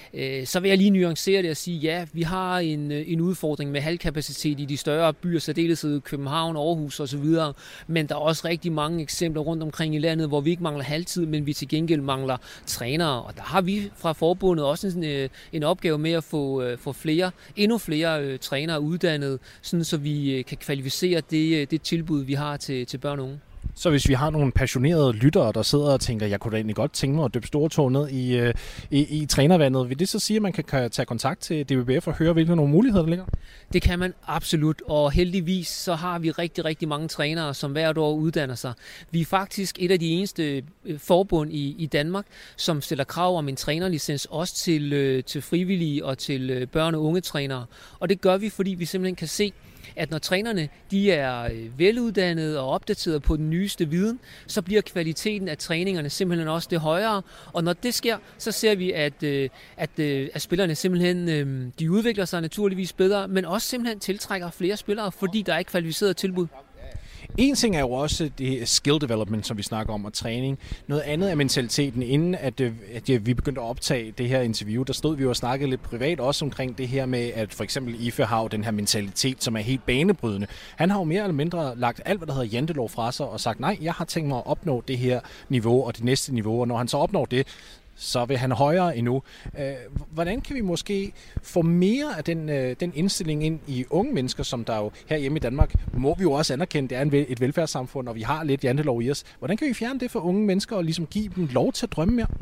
Så vil jeg lige nuancere det og sige, ja, vi har en, en udfordring med halvkapacitet i de større byer, særdeleshed København, Aarhus osv., men der er også rigtig mange eksempler rundt omkring i landet, hvor vi ikke mangler halvtid, men vi til gengæld mangler trænere, og der har vi fra forbundet også en, en opgave med at få, få flere, endnu flere uh, trænere uddannet, sådan så vi uh, kan kvalificere det, det tilbud, vi har til, til børn og unge. Så hvis vi har nogle passionerede lyttere, der sidder og tænker, jeg kunne da egentlig godt tænke mig at dyppe store tog ned i, i, i trænervandet, vil det så sige, at man kan, kan tage kontakt til D B B F og høre, hvilke nogle muligheder der ligger? Det kan man absolut, og heldigvis så har vi rigtig, rigtig mange trænere, som hvert år uddanner sig. Vi er faktisk et af de eneste forbund i, i Danmark, som stiller krav om en trænerlicens også til, til frivillige og til børne- og unge trænere. Og det gør vi, fordi vi simpelthen kan se, at når trænerne de er veluddannede og opdateret på den nyeste viden, så bliver kvaliteten af træningerne simpelthen også det højere. Og når det sker, så ser vi, at, at, at spillerne simpelthen de udvikler sig naturligvis bedre, men også simpelthen tiltrækker flere spillere, fordi der er et kvalificeret tilbud. En ting er jo også det skill development, som vi snakker om, og træning. Noget andet er mentaliteten. Inden at, at vi begyndte at optage det her interview, der stod vi jo og snakkede lidt privat også omkring det her med, at for eksempel Ife har den her mentalitet, som er helt banebrydende. Han har jo mere eller mindre lagt alt, hvad der hedder jantelov fra sig, og sagt, nej, jeg har tænkt mig at opnå det her niveau og det næste niveau, og når han så opnår det, så vil han højere endnu. Hvordan kan vi måske få mere af den, den indstilling ind i unge mennesker, som der jo herhjemme i Danmark, må vi jo også anerkende, det er et velfærdssamfund, og vi har lidt jantelov i os. Hvordan kan vi fjerne det for unge mennesker og ligesom give dem lov til at drømme mere?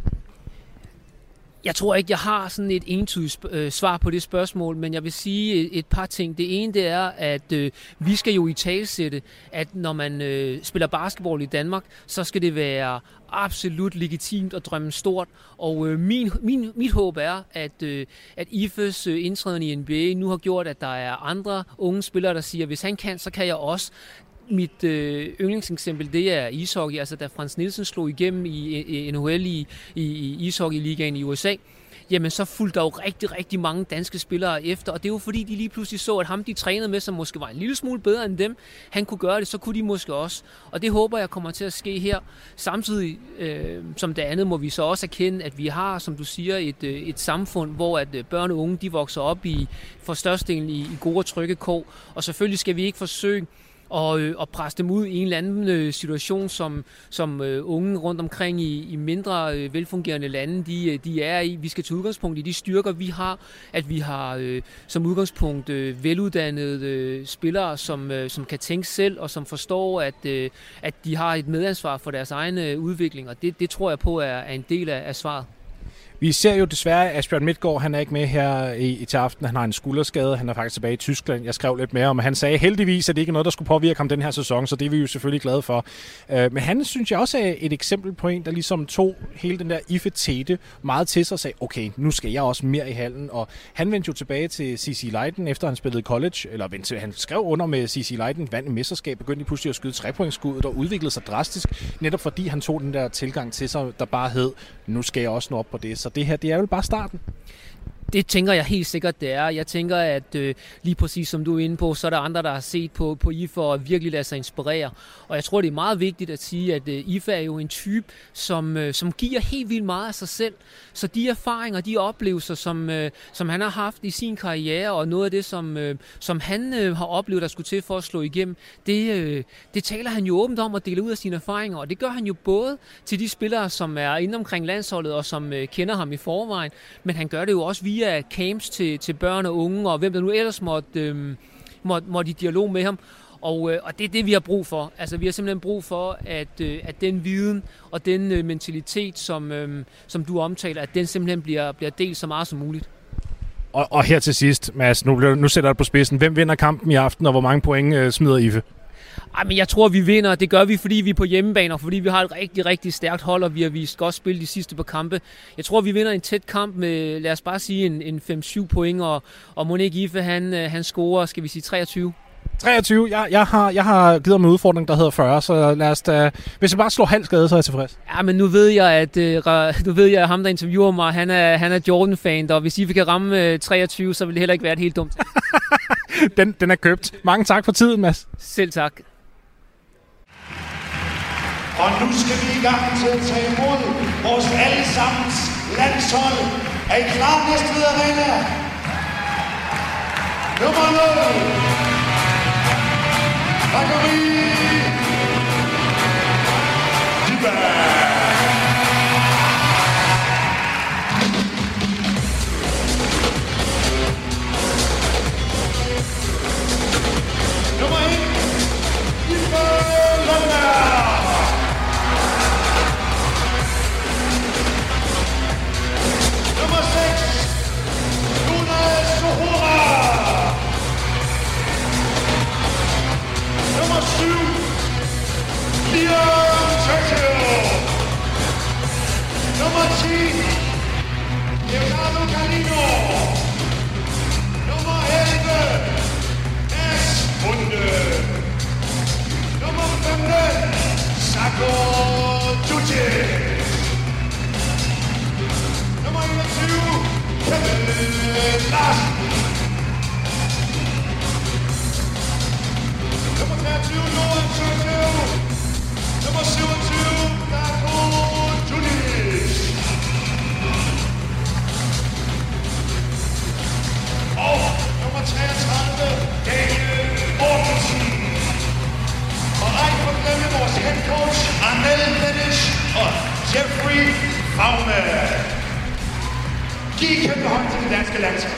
Jeg tror ikke, jeg har sådan et entydigt øh, svar på det spørgsmål, men jeg vil sige et, et par ting. Det ene det er, at øh, vi skal jo i talesætte, at når man øh, spiller basketball i Danmark, så skal det være absolut legitimt at drømme stort. Og øh, min, min, mit håb er, at, øh, at Ifes øh, indtræden i N B A nu har gjort, at der er andre unge spillere, der siger, hvis han kan, så kan jeg også. Mit øh, yndlingseksempel, det er ishockey. Altså da Frans Nielsen slog igennem i, i N H L i, i, i ishockey-ligaen i U S A, jamen så fulgte der jo rigtig, rigtig mange danske spillere efter, og det er jo fordi, de lige pludselig så, at ham, de trænede med, som måske var en lille smule bedre end dem, han kunne gøre det, så kunne de måske også. Og det håber jeg kommer til at ske her. Samtidig, øh, som det andet, må vi så også erkende, at vi har, som du siger, et, et samfund, hvor at børn og unge, de vokser op i, for størstedelen i, i gode og trygge kår, og selvfølgelig skal vi ikke forsøge og, øh, og presse dem ud i en eller anden øh, situation, som, som øh, unge rundt omkring i, i mindre øh, velfungerende lande, de, de er i. Vi skal tage udgangspunkt i de styrker, vi har, at vi har øh, som udgangspunkt øh, veluddannede øh, spillere, som, øh, som kan tænke selv, og som forstår, at, øh, at de har et medansvar for deres egen øh, udvikling, og det, det tror jeg på er, er en del af, af svaret. Vi ser jo desværre, at Asbjørn Midtgaard, han er ikke med her i, i til aften. Han har en skulderskade. Han er faktisk tilbage i Tyskland. Jeg skrev lidt mere om, og han sagde heldigvis, at det ikke er noget, der skulle påvirke ham den her sæson, så det er vi jo selvfølgelig glade for. Uh, men han synes jeg også er et eksempel på en, der ligesom tog hele den der I F E-tete meget til sig og sagde, okay, nu skal jeg også mere i hallen. Og han vendte jo tilbage til C C Leiden, efter han spillede college, eller vendte til, han skrev under med C C Leiden, vandt et mesterskab, begyndte pludselig at skyde trepointskuddet og udviklede sig drastisk, netop fordi han tog den der tilgang til sig, der bare hed, nu skal jeg også nå op på det. Så det her, det er jo bare starten. Det tænker jeg helt sikkert, det er. Jeg tænker, at øh, lige præcis som du er inde på, så er der andre, der har set på, på I F A og virkelig lader sig inspirere. Og jeg tror, det er meget vigtigt at sige, at øh, I F A er jo en type, som, øh, som giver helt vildt meget af sig selv. Så de erfaringer, de oplevelser, som, øh, som han har haft i sin karriere, og noget af det, som, øh, som han øh, har oplevet, der skulle til for at slå igennem, det, øh, det taler han jo åbent om at dele ud af sine erfaringer. Og det gør han jo både til de spillere, som er inde omkring landsholdet, og som øh, kender ham i forvejen, men han gør det jo også via af camps til, til børn og unge, og hvem der nu ellers måtte, øh, måtte, måtte i dialog med ham. Og, øh, og det er det, vi har brug for. Altså, vi har simpelthen brug for, at, øh, at den viden og den øh, mentalitet, som, øh, som du omtaler, at den simpelthen bliver, bliver delt så meget som muligt. Og, og her til sidst, Mads, nu, nu sætter jeg det på spidsen. Hvem vinder kampen i aften, og hvor mange point øh, smider I F E? Ej, men jeg tror, vi vinder. Det gør vi, fordi vi er på hjemmebane, og fordi vi har et rigtig, rigtig stærkt hold, og vi har vist godt spil de sidste par kampe. Jeg tror, vi vinder en tæt kamp med, lad os bare sige, en, en fem syv point, og, og Monique I F E, han, han scorer, skal vi sige, treogtyve. treogtyve. Jeg, jeg, har, jeg har givet ham en udfordring, der hedder fyrre, så lad os da, hvis jeg bare slår halv skade, så er jeg tilfreds. Ja, men nu ved jeg, at uh, nu ved jeg, at ham, der interviewer mig, han er, han er Jordan-fan, og hvis I kan ramme uh, treogtyve, så vil det heller ikke være helt dumt. den, den er købt. Mange tak for tiden, Mads. Selv tak. Og nu skal vi i gang til at tage imod vores allesammens landshold. Er I klar, Næstved Arena? Nummer nul. Bakary. Dybad. Nummer et. Dybad Lundberg. Nummer seks, Jonas Sohora. Nummer syv, Liam Churchill. Nummer ti, Leonardo Carlino. Nummer elleve, Ash Bunde. Nummer femten, Sako Djurdjic. Nummer enogtyve, Kevin Larsen. Nummer treogtyve, Johan Churchill. Nummer syvogtyve, Darko Djurdjic. Og nummer treogtredive, Daniel Mortensen. Og ej for at glemme vores head coach, Arnel Benish og Jeffrey Faune. Giv kæmpe hånd til det danske landshold.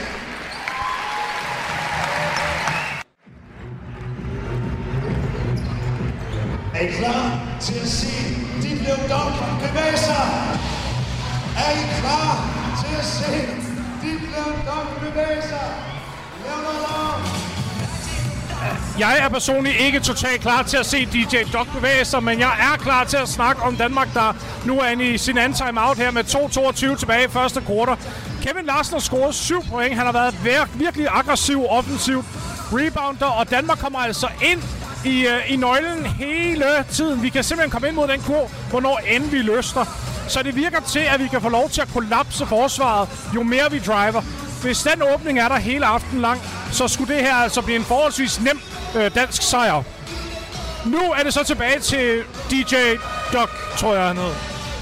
Er I klar til at se de blev dog bevæge sig? Er I klar til at se de blev dog bevæge sig? Lav noget om. Jeg er personligt ikke totalt klar til at se D J Dog bevæge sig, men jeg er klar til at snakke om Danmark, der nu er inde i sin anden timeout her med to toogtyve tilbage i første kvartal. Kevin Larsen har scoret syv point. Han har været vir- virkelig aggressiv, offensivt rebounder, og Danmark kommer altså ind i, uh, i nøglen hele tiden. Vi kan simpelthen komme ind mod den kurv, hvornår end vi lyster. Så det virker til, at vi kan få lov til at kollapse forsvaret, jo mere vi driver. Hvis den åbning er der hele aftenen lang, så skulle det her altså blive en forholdsvis nem øh, dansk sejr. Nu er det så tilbage til D J Duck, tror jeg han hed.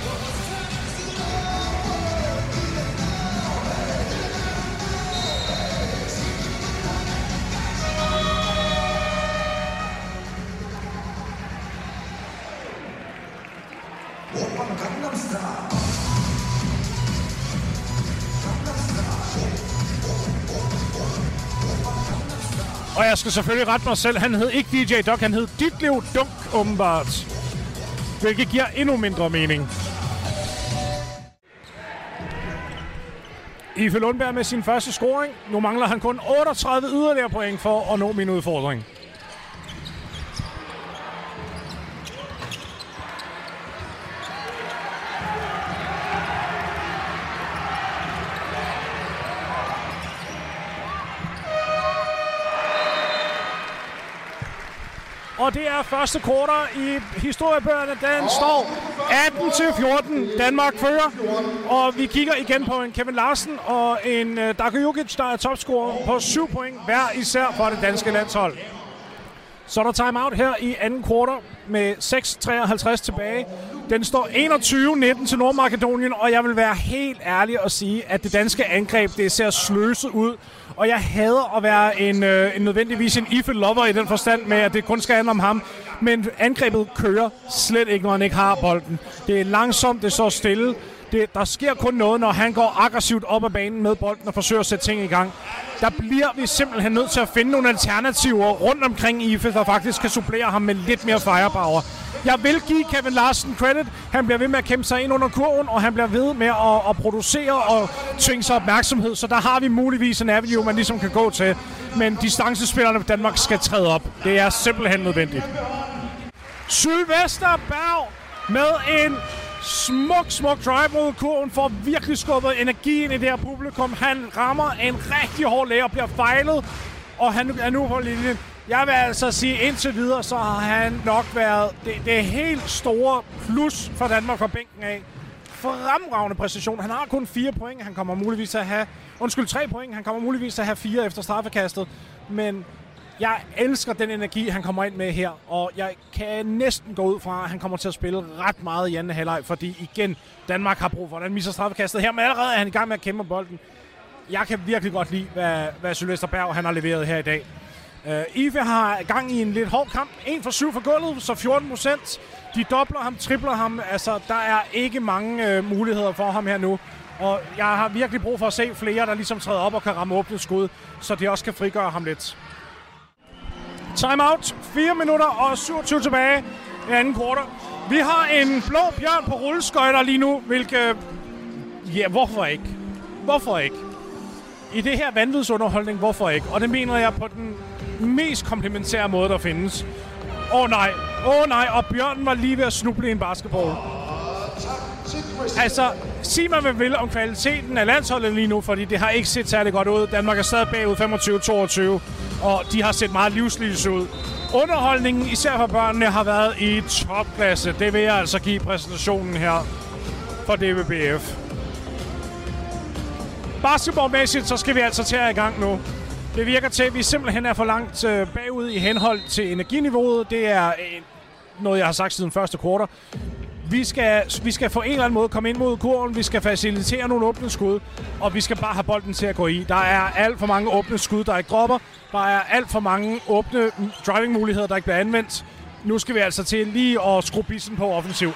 Og jeg skal selvfølgelig rette mig selv. Han hed ikke D J Duck, han hed Ditlev Dunk, åbenbart. Hvilket giver endnu mindre mening. Ife Lundberg med sin første scoring. Nu mangler han kun otteogtredive yderligere point for at nå min udfordring. Og det er første quarter i historiebøgerne. Den står atten til fjorten. Danmark fører. Og vi kigger igen på en Kevin Larsen og en uh, Darko Jukic, der er topscorer på syv point hver især for det danske landshold. Så er der timeout her i anden quarter med seks treoghalvtreds tilbage. Den står enogtyve nitten til Nordmakedonien, og jeg vil være helt ærlig og sige, at det danske angreb, det ser sløset ud. Og jeg hader at være en, øh, en nødvendigvis en Ife lover i den forstand med, at det kun skal handle om ham. Men angrebet kører slet ikke, når han ikke har bolden. Det er langsomt, det står stille. Det, der sker kun noget, når han går aggressivt op ad banen med bolden og forsøger at sætte ting i gang. Der bliver vi simpelthen nødt til at finde nogle alternativer rundt omkring Ife, der faktisk kan supplere ham med lidt mere firepower. Jeg vil give Kevin Larsen credit. Han bliver ved med at kæmpe sig ind under kurven, og han bliver ved med at, at producere og tvinge sig opmærksomhed. Så der har vi muligvis en avenue, man ligesom kan gå til. Men distancespillerne på Danmark skal træde op. Det er simpelthen nødvendigt. Sylvester Berg med en smuk, smuk drive mod kurven for at virkelig skubbe energien i det her publikum. Han rammer en rigtig hård læge og bliver fejlet, og han er nu på linjen. Jeg vil altså sige, indtil videre, så har han nok været det, det helt store plus for Danmark fra bænken af. Fremragende præcision. Han har kun fire point. Han kommer muligvis til at have... Undskyld, tre point. Han kommer muligvis til at have fire efter straffekastet. Men jeg elsker den energi, han kommer ind med her. Og jeg kan næsten gå ud fra, at han kommer til at spille ret meget i anden halvleg. Fordi igen, Danmark har brug for, at han misser straffekastet her. Men allerede er han i gang med at kæmpe bolden. Jeg kan virkelig godt lide, hvad, hvad Sylvester Berg han har leveret her i dag. Uh, Ife har gang i en lidt hård kamp. en for syv for gulvet, så fjorten procent. De dobler ham, tripler ham. Altså, der er ikke mange uh, muligheder for ham her nu. Og jeg har virkelig brug for at se flere, der ligesom træder op og kan ramme åbne skud, så de også kan frigøre ham lidt. Timeout. fire minutter og syvogtyve tilbage i anden quarter. Vi har en blå bjørn på rulleskøjter lige nu, hvilket... Ja, hvorfor ikke? Hvorfor ikke? I det her vanvidsunderholdning, hvorfor ikke? Og det mener jeg på den mest komplementære måde, der findes. Åh oh, nej, åh oh, nej, og bjørnen var lige ved at snuble i en basketball. Altså, sig mig hvad vil om kvaliteten af landsholdet lige nu, fordi det har ikke set særlig godt ud. Danmark er stadig bagud femogtyve toogtyve, og de har set meget livsløse ud. Underholdningen, især for børnene, har været i topklasse. Det vil jeg altså give præsentationen her for D V B F. Basketballmæssigt, så skal vi altså til at i gang nu. Det virker til, at vi simpelthen er for langt bagud i henhold til energiniveauet. Det er noget, jeg har sagt siden første kvartal. Vi skal, vi skal på en eller anden måde komme ind mod kurven. Vi skal facilitere nogle åbne skud, og vi skal bare have bolden til at gå i. Der er alt for mange åbne skud, der ikke dropper. Der er alt for mange åbne driving-muligheder, der ikke bliver anvendt. Nu skal vi altså til lige at skrue bissen på offensiv.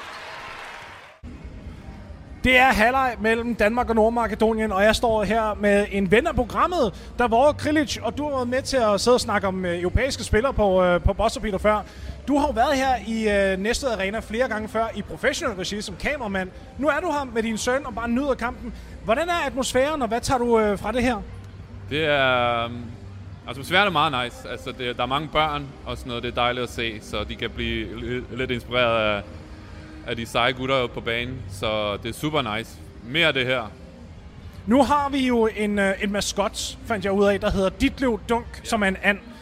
Det er halvleg mellem Danmark og Nordmakedonien, og jeg står her med en ven af programmet, Davor Krilic, og du har været med til at sidde og snakke om øh, europæiske spillere på, øh, på Bosterpeter før. Du har jo været her i øh, Næstved Arena flere gange før i professionel regi som kameramand. Nu er du her med din søn og bare nyder kampen. Hvordan er atmosfæren, og hvad tager du øh, fra det her? Det er... Øh, atmosfæren er meget nice. Altså, det, der er mange børn og sådan noget, det er dejligt at se, så de kan blive l- lidt inspireret af... af de seje gutter på banen, så det er super nice. Mere af det her. Nu har vi jo en, en maskot, fandt jeg ud af, der hedder Ditlev Dunk, yeah. som er en and.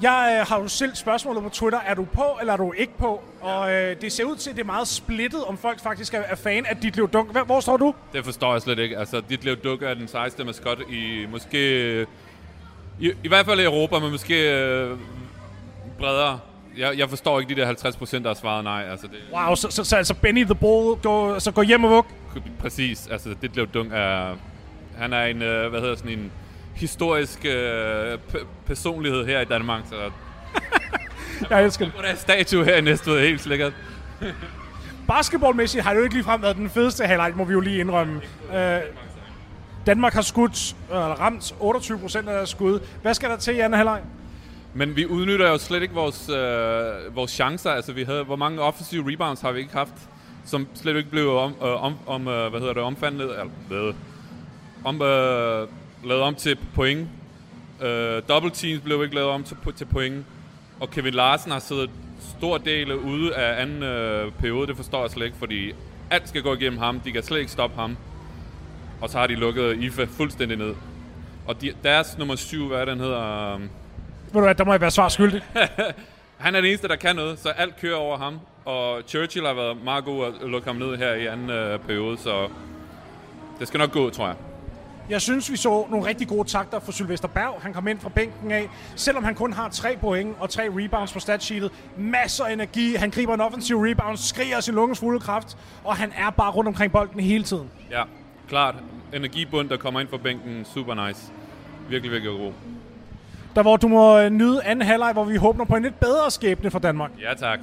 Jeg øh, har jo selv spørgsmålet på Twitter, er du på, eller er du ikke på? Og øh, det ser ud til, at det er meget splittet, om folk faktisk er, er fan af Ditlev Dunk. Hvor, hvor står du? Det forstår jeg slet ikke. Altså, Ditlev Dunk er den sejeste maskot i måske... I, I hvert fald i Europa, men måske øh, bredere. Jeg, jeg forstår ikke de der halvtreds procent, der har svaret nej. Altså, det, Wow, så, så, så altså Benny the Bull, gå, så gå hjem og vug? Præcis. Altså, Ditlev Dunk er... Han er en, øh, hvad hedder sådan en... historisk øh, p- personlighed her i Danmark, så... Jeg elsker det. Der er en statue her i Næstved, helt sikkert. Basketballmæssigt har det jo ikke ligefrem været den fedeste halvleg, må vi jo lige indrømme. Øh, Danmark har skudt, eller ramt otteogtyve procent af deres skud. Hvad skal der til i anden halvleg? Men vi udnytter jo slet ikke vores, øh, vores chancer. Altså, vi havde, hvor mange offensive rebounds har vi ikke haft, som slet ikke blev om, øh, om, om øh, hvad hedder det, omfandet, eller hvad, om, øh, lavet om til point. Øh, double teams blev ikke lavet om til, til point. Og Kevin Larsen har siddet stor del ude af anden øh, periode. Det forstår jeg slet ikke, fordi alt skal gå igennem ham. De kan slet ikke stoppe ham. Og så har de lukket I F A fuldstændig ned. Og de, deres nummer syv, hvad den hedder... Ved du hvad, der må jeg være svar skyldig. Han er den eneste, der kan noget, så alt kører over ham. Og Churchill har været meget god at lukke ham ned her i anden øh, periode, så det skal nok gå, tror jeg. Jeg synes, vi så nogle rigtig gode takter for Sylvester Berg. Han kom ind fra bænken af, selvom han kun har tre point og tre rebounds på statsheetet. Masser af energi. Han griber en offensiv rebound, skriger sin lunges fulde kraft, og han er bare rundt omkring bolden hele tiden. Ja, klart. Energibund, der kommer ind fra bænken. Super nice. Virkelig, virkelig god. Der hvor du må nyde anden halvleg, hvor vi håber på en lidt bedre skæbne for Danmark. Ja, tak.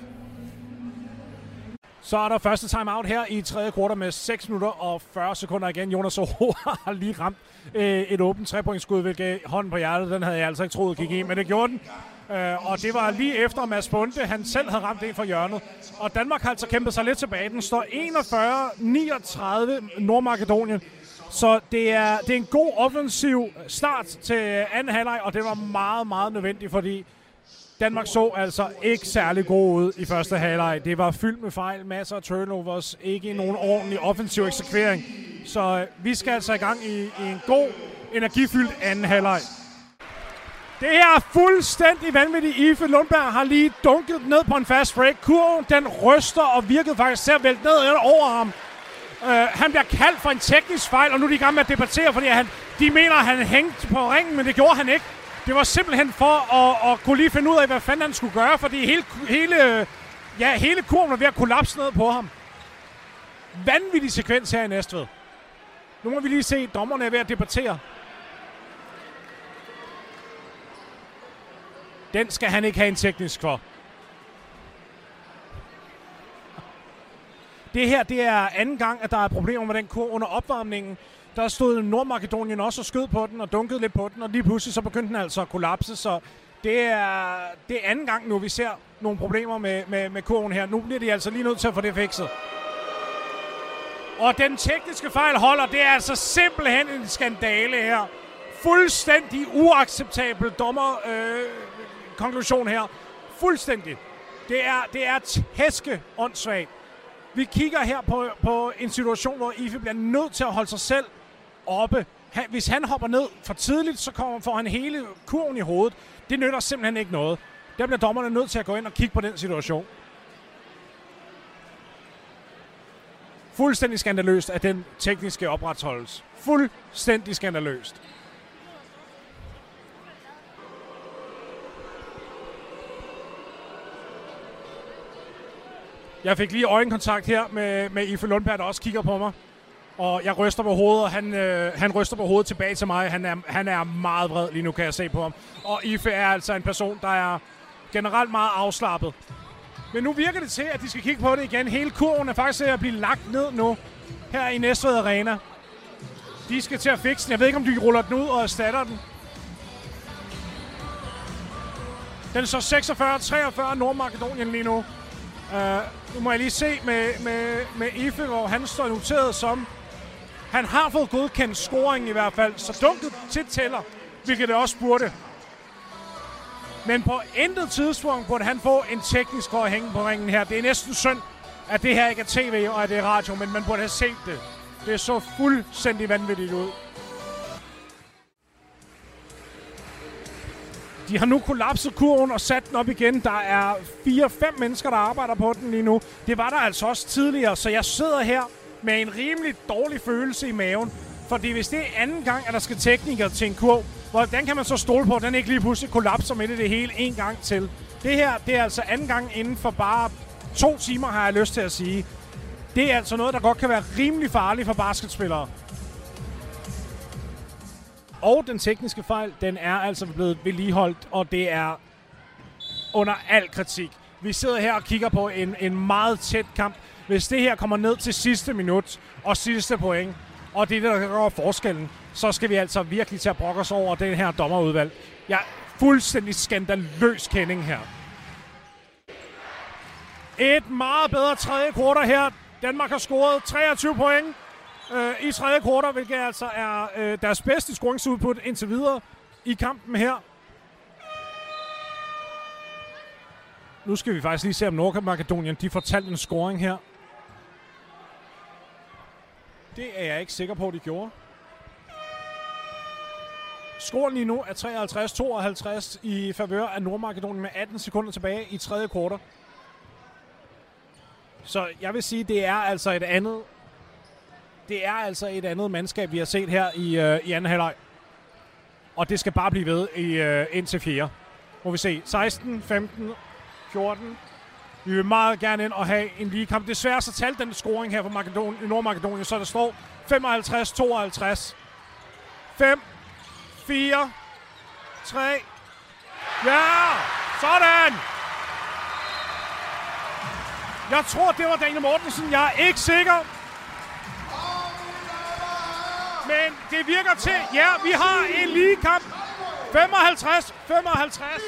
Så er der første timeout her i tredje kvartal med seks minutter og fyrre sekunder igen. Jonas Aaro har lige ramt øh, et åbent trepointsskud, hvilket hånden på hjertet, den havde jeg altså ikke troet gik i, men det gjorde den. Øh, og det var lige efter Mads Bunde, han selv havde ramt en fra hjørnet. Og Danmark har altså kæmpet sig lidt tilbage. Den står enogfyrre niogtredive Nordmakedonien. Så det er, det er en god offensiv start til anden halvleg, og det var meget, meget nødvendigt, fordi Danmark så altså ikke særlig god ud i første halvleg. Det var fyldt med fejl, masser af turnovers, ikke nogen ordentlig offensiv eksekvering. Så øh, vi skal altså i gang i, i en god, energifyldt anden halvleg. Det her er fuldstændig vanvittigt. Ife Lundberg har lige dunket ned på en fast break. Kurven, den ryster og virkede faktisk til at vælte ned over ham. Uh, han bliver kaldt for en teknisk fejl, og nu er de i gang med at debattere, fordi han, de mener, at han hængte på ringen, men det gjorde han ikke. Det var simpelthen for at, at kunne lige finde ud af, hvad fanden han skulle gøre, fordi hele, hele, ja, hele kurven var ved at kollapse ned på ham. Vanvittig sekvens her i Næstved. Nu må vi lige se, at dommerne er ved at debattere. Den skal han ikke have en teknisk for. Det her, det er anden gang, at der er problemer med den kurv under opvarmningen. Der stod Nordmakedonien også og skød på den og dunkede lidt på den, og lige pludselig så begyndte den altså at kollapse. Så det er, det er anden gang nu, vi ser nogle problemer med, med, med kurven her. Nu bliver de altså lige nødt til at få det fikset. Og den tekniske fejl holder, det er altså simpelthen en skandale her. Fuldstændig uacceptabel dommer øh, konklusion her. Fuldstændig. Det er, det er tæske åndssvagt. Vi kigger her på, på en situation, hvor Ife bliver nødt til at holde sig selv oppe. Han, hvis han hopper ned for tidligt, så kommer, får han hele kurven i hovedet. Det nytter simpelthen ikke noget. Der bliver dommerne nødt til at gå ind og kigge på den situation. Fuldstændig skandaløst, at den tekniske opretholdes. Fuldstændig skandaløst. Jeg fik lige øjenkontakt her med, med Ife Lundberg, der også kigger på mig. Og jeg ryster på hovedet, og han, øh, han ryster på hovedet tilbage til mig. Han er, han er meget vred lige nu, kan jeg se på ham. Og Ife er altså en person, der er generelt meget afslappet. Men nu virker det til, at de skal kigge på det igen. Hele kurven er faktisk at blive lagt ned nu, her i Næstved Arena. De skal til at fikse den. Jeg ved ikke, om de ruller den ud og erstatter den. Den er så seksogfyrre treogfyrre Nordmakedonien lige nu. Uh, nu må jeg lige se med, med, med Ife, hvor han står noteret som. Han har fået godkendt scoring i hvert fald, så dunket til tæller, hvilket det også burde. Men på intet tidspunkt burde han få en teknisk for at hænge på ringen her. Det er næsten synd, at det her ikke er tv og at det er radio, men man burde have set det. Det så fuldstændig vanvittigt ud. De har nu kollapset kurven og sat den op igen. Der er fire fem mennesker, der arbejder på den lige nu. Det var der altså også tidligere, så jeg sidder her med en rimelig dårlig følelse i maven. Fordi hvis det er anden gang, at der skal teknikere til en kurv, hvordan kan man så stole på, at den ikke lige pludselig kollapser midt i det hele en gang til? Det her, det er altså anden gang inden for bare to timer, har jeg lyst til at sige. Det er altså noget, der godt kan være rimelig farligt for basketspillere. Og den tekniske fejl, den er altså blevet vedligeholdt, og det er under al kritik. Vi sidder her og kigger på en, en meget tæt kamp. Hvis det her kommer ned til sidste minut og sidste point, og det er det, der gør forskellen, så skal vi altså virkelig tage brokke os over den her dommerudvalg. Jeg er fuldstændig skandaløs kending her. Et meget bedre tredje kvartal her. Danmark har scoret treogtyve point øh, i tredje kvartal, hvilket altså er øh, deres bedste scoringsudput indtil videre i kampen her. Nu skal vi faktisk lige se, om Nordmakedonien de får talt en scoring her. Det er jeg ikke sikker på, at de gjorde. Scoren lige nu er treoghalvtreds tooghalvtreds i favør af Nordmakedonien med atten sekunder tilbage i tredje kvartal. Så jeg vil sige, det er altså et andet, det er altså et andet mandskab, vi har set her i, øh, i anden halvleg. Og det skal bare blive ved i, øh, indtil fjerde. Må vi se. seksten, femten, fjorten. Vi vil meget gerne ind og have en lige kamp. Desværre så talte den scoring her for Makedonien, Nordmakedonien, så der står femoghalvtreds tooghalvtreds. fem, fire, tre. Ja! Sådan! Jeg tror, det var Daniel Mortensen. Jeg er ikke sikker. Men det virker til. Ja, vi har en lige kamp. femoghalvtreds femoghalvtreds.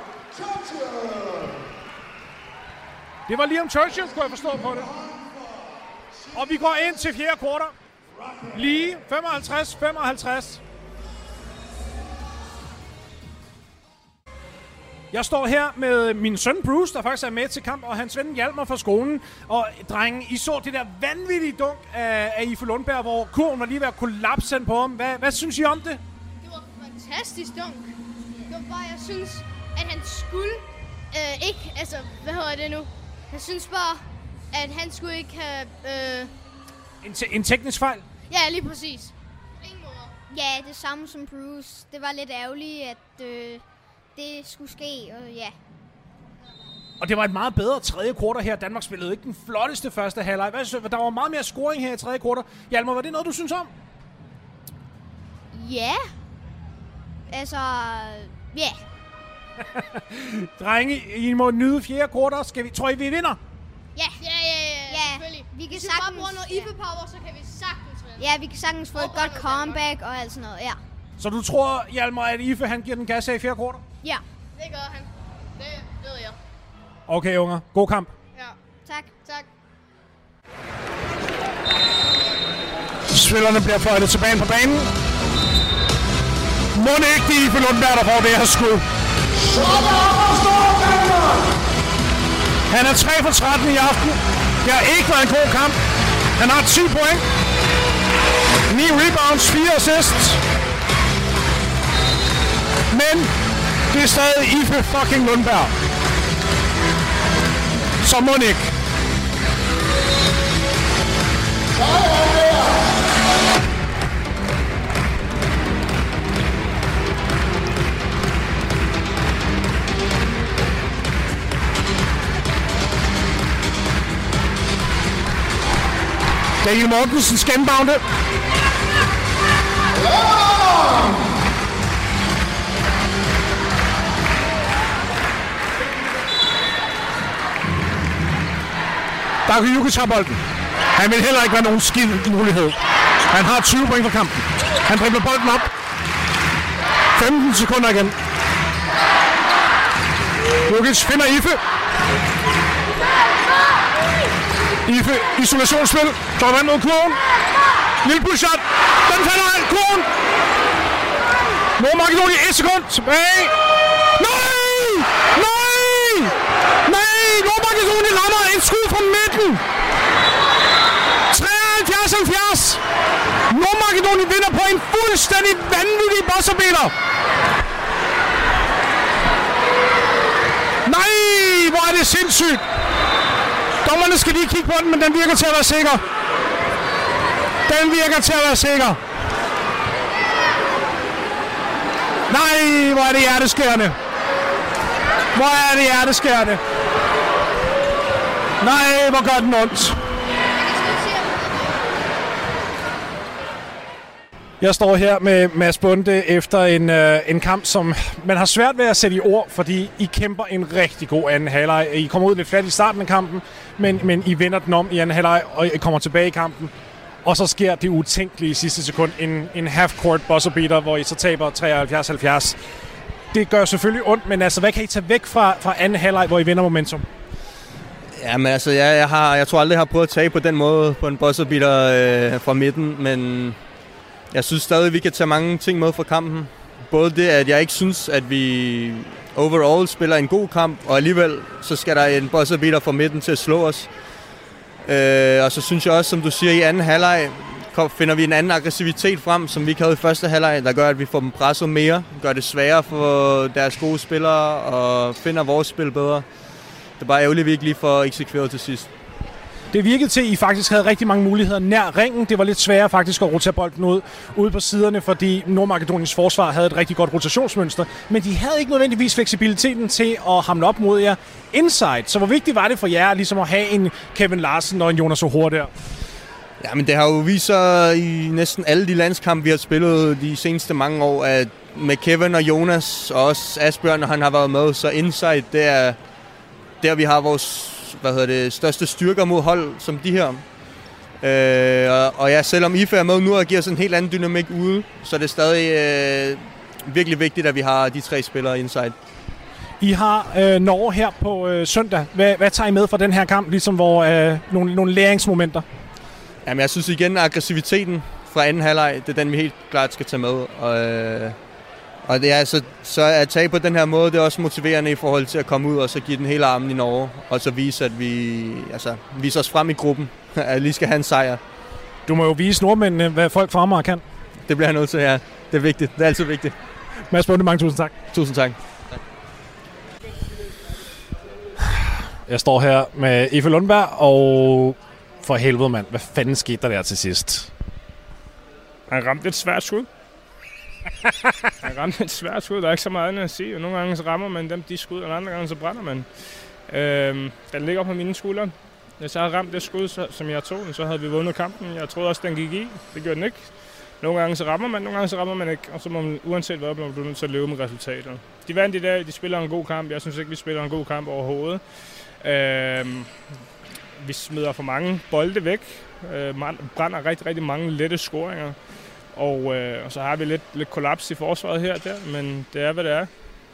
Det var Liam Churchill, kunne jeg forstå på det. Og vi går ind til fjerde kvartal. Lige femoghalvtreds femoghalvtreds. Jeg står her med min søn Bruce, der faktisk er med til kamp, og hans ven Hjalmar fra skolen. Og drenge, I så det der vanvittige dunk af, af Ife Lundberg, hvor kurven var lige ved at kollapse på ham. Hvad, hvad synes I om det? Det var fantastisk dunk. Det var bare, jeg synes, at han skulle øh, ikke, altså, hvad hedder det nu? Jeg synes bare, at han skulle ikke have... Øh... En, te- en teknisk fejl? Ja, lige præcis. Ingen måder. Ja, det samme som Bruce. Det var lidt ærgerligt, at... Øh det skulle ske, og ja. Og det var et meget bedre tredje kvartal her. Danmark spillede ikke den flotteste første halvleg. Hvad synes du? Der var meget mere scoring her i tredje kvartal. Hjalmar, var det noget, du synes om? Ja. Altså, ja. Drenge, I må nyde fjerde kvartal. Skal vi, tror I, vi vinder? Ja. Ja, ja, ja, ja. selvfølgelig. Vi kan Hvis sagtens, vi bare bruger noget I F E-power, så kan vi sagtens vinde. Ja, vi kan sagtens få et godt comeback og alt sådan noget, ja. Så du tror, Hjalmar, at Ife han giver den gas af i fjerde kvartal? Ja. Det gør han. Det ved jeg. Okay, unger. God kamp. Ja. Tak. Tak. Spillerne bliver fløjtet tilbage på banen. Må det ikke de Ife Lundberg, der får det her skud? Han er tre for tretten i aften. Det har ikke været en god kamp. Han har ti point. ni rebounds, fire assists. Men det er stadig Ife fucking Lundberg. Så må det ikke. Daniel Mortensen skal inbounde. Bakayuki tager bolden. Han vil heller ikke være nogen skidt mulighed. Han har tyve point for kampen. Han dribler bolden op. femten sekunder igen. Jukic finder Ife. Ife, isolationsspil. Går vand mod kurven. Lille push-shot. Den falder af kurven. Nordmakedonien et sekund tilbage. Nej! Nej! Nej! Nordmakedonien rammer et skud fra midten. treoghalvfjerds halvfjerds. Nordmakedonien vinder på en fuldstændig vanvittig buzzer-beater. hvor er det sindssygt! Dommerne skal lige kigge på den, men den virker til at være sikker. Den virker til at være sikker. Nej, hvor er det hjerteskærende. Hvor er det hjerteskærende. Nej, hvor gør den ondt. Jeg står her med Mads Bonde efter en, øh, en kamp, som man har svært ved at sætte i ord, fordi I kæmper en rigtig god anden halvleg. I kommer ud lidt flat i starten af kampen, men, men I vender den om i anden halvleg, og I kommer tilbage i kampen. Og så sker det utænkelige i sidste sekund. En, en half-court buzzer-beater, hvor I så taber treoghalvfjerds halvfjerds. Det gør selvfølgelig ondt, men altså, hvad kan I tage væk fra, fra anden halvleg, hvor I vinder momentum? Jamen altså, jeg, jeg, har, jeg tror aldrig, jeg har prøvet at tage på den måde på en buzzer-beater øh, fra midten, men jeg synes stadig, at vi kan tage mange ting med fra kampen. Både det, at jeg ikke synes, at vi overall spiller en god kamp, og alligevel så skal der en buzzer-beater fra midten til at slå os. Øh, og så synes jeg også, som du siger, i anden halvleg finder vi en anden aggressivitet frem, som vi ikke havde i første halvleg, der gør, at vi får dem presset mere, gør det sværere for deres gode spillere og finder vores spil bedre. Det er bare ærgerligt, at vi ikke lige får eksekveret til sidst. Det virkede til, at I faktisk havde rigtig mange muligheder nær ringen. Det var lidt sværere faktisk at rotere bolden ud ude på siderne, fordi Nordmakedoniens forsvar havde et rigtig godt rotationsmønster. Men de havde ikke nødvendigvis fleksibiliteten til at hamle op mod jer inside. Så hvor vigtigt var det for jer ligesom at have en Kevin Larsen og en Jonas Ohor der? Ja, men det har jo vist sig i næsten alle de landskampe, vi har spillet de seneste mange år, at med Kevin og Jonas og også Asbjørn, når han har været med, så inside, det er der, vi har vores hvad hedder det, største styrker mod hold som de her. Øh, og, og ja, selvom I F A er med nu og giver sådan en helt anden dynamik ude, så er det stadig øh, virkelig vigtigt, at vi har de tre spillere inside. I har øh, Norge her på øh, søndag. Hvad, hvad tager I med fra den her kamp, ligesom hvor øh, nogle, nogle læringsmomenter? Jamen, jeg synes igen, at aggressiviteten fra anden halvleg, det er den, vi helt klart skal tage med. Og, øh, og det er altså, så at tage på den her måde, det er også motiverende i forhold til at komme ud og så give den hele armen i Norge, og så vise, at vi altså, viser os frem i gruppen, at vi lige skal have en sejr. Du må jo vise nordmændene, hvad folk fra Amager kan. Det bliver jeg nødt til, ja. Det er vigtigt. Det er altid vigtigt. Mads Bonde, mange tusind tak. Tusind tak. Jeg står her med Efe Lundberg, og for helvede mand, hvad fanden skete der der til sidst? Han ramte et svært skud. Han ramte et svært skud, der er ikke så meget andet at sige. Og nogle gange så rammer man dem, de skud, og andre gange så brænder man. Øhm, den ligger på mine skuldre. Hvis jeg havde ramt det skud, så, som jeg tog, så havde vi vundet kampen. Jeg troede også, den gik i. Det gjorde den ikke. Nogle gange så rammer man, nogle gange så rammer man ikke. Og så må man, uanset hvad, bliver man nødt til at leve med resultater. De vandt i dag, de spiller en god kamp. Jeg synes ikke, vi spiller en god kamp overhovedet. Øhm, vi smider for mange bolde væk. Øh, man brænder rigtig, rigtig mange lette scoringer. Og, øh, og så har vi lidt, lidt kollaps i forsvaret her og der, men det er, hvad det er.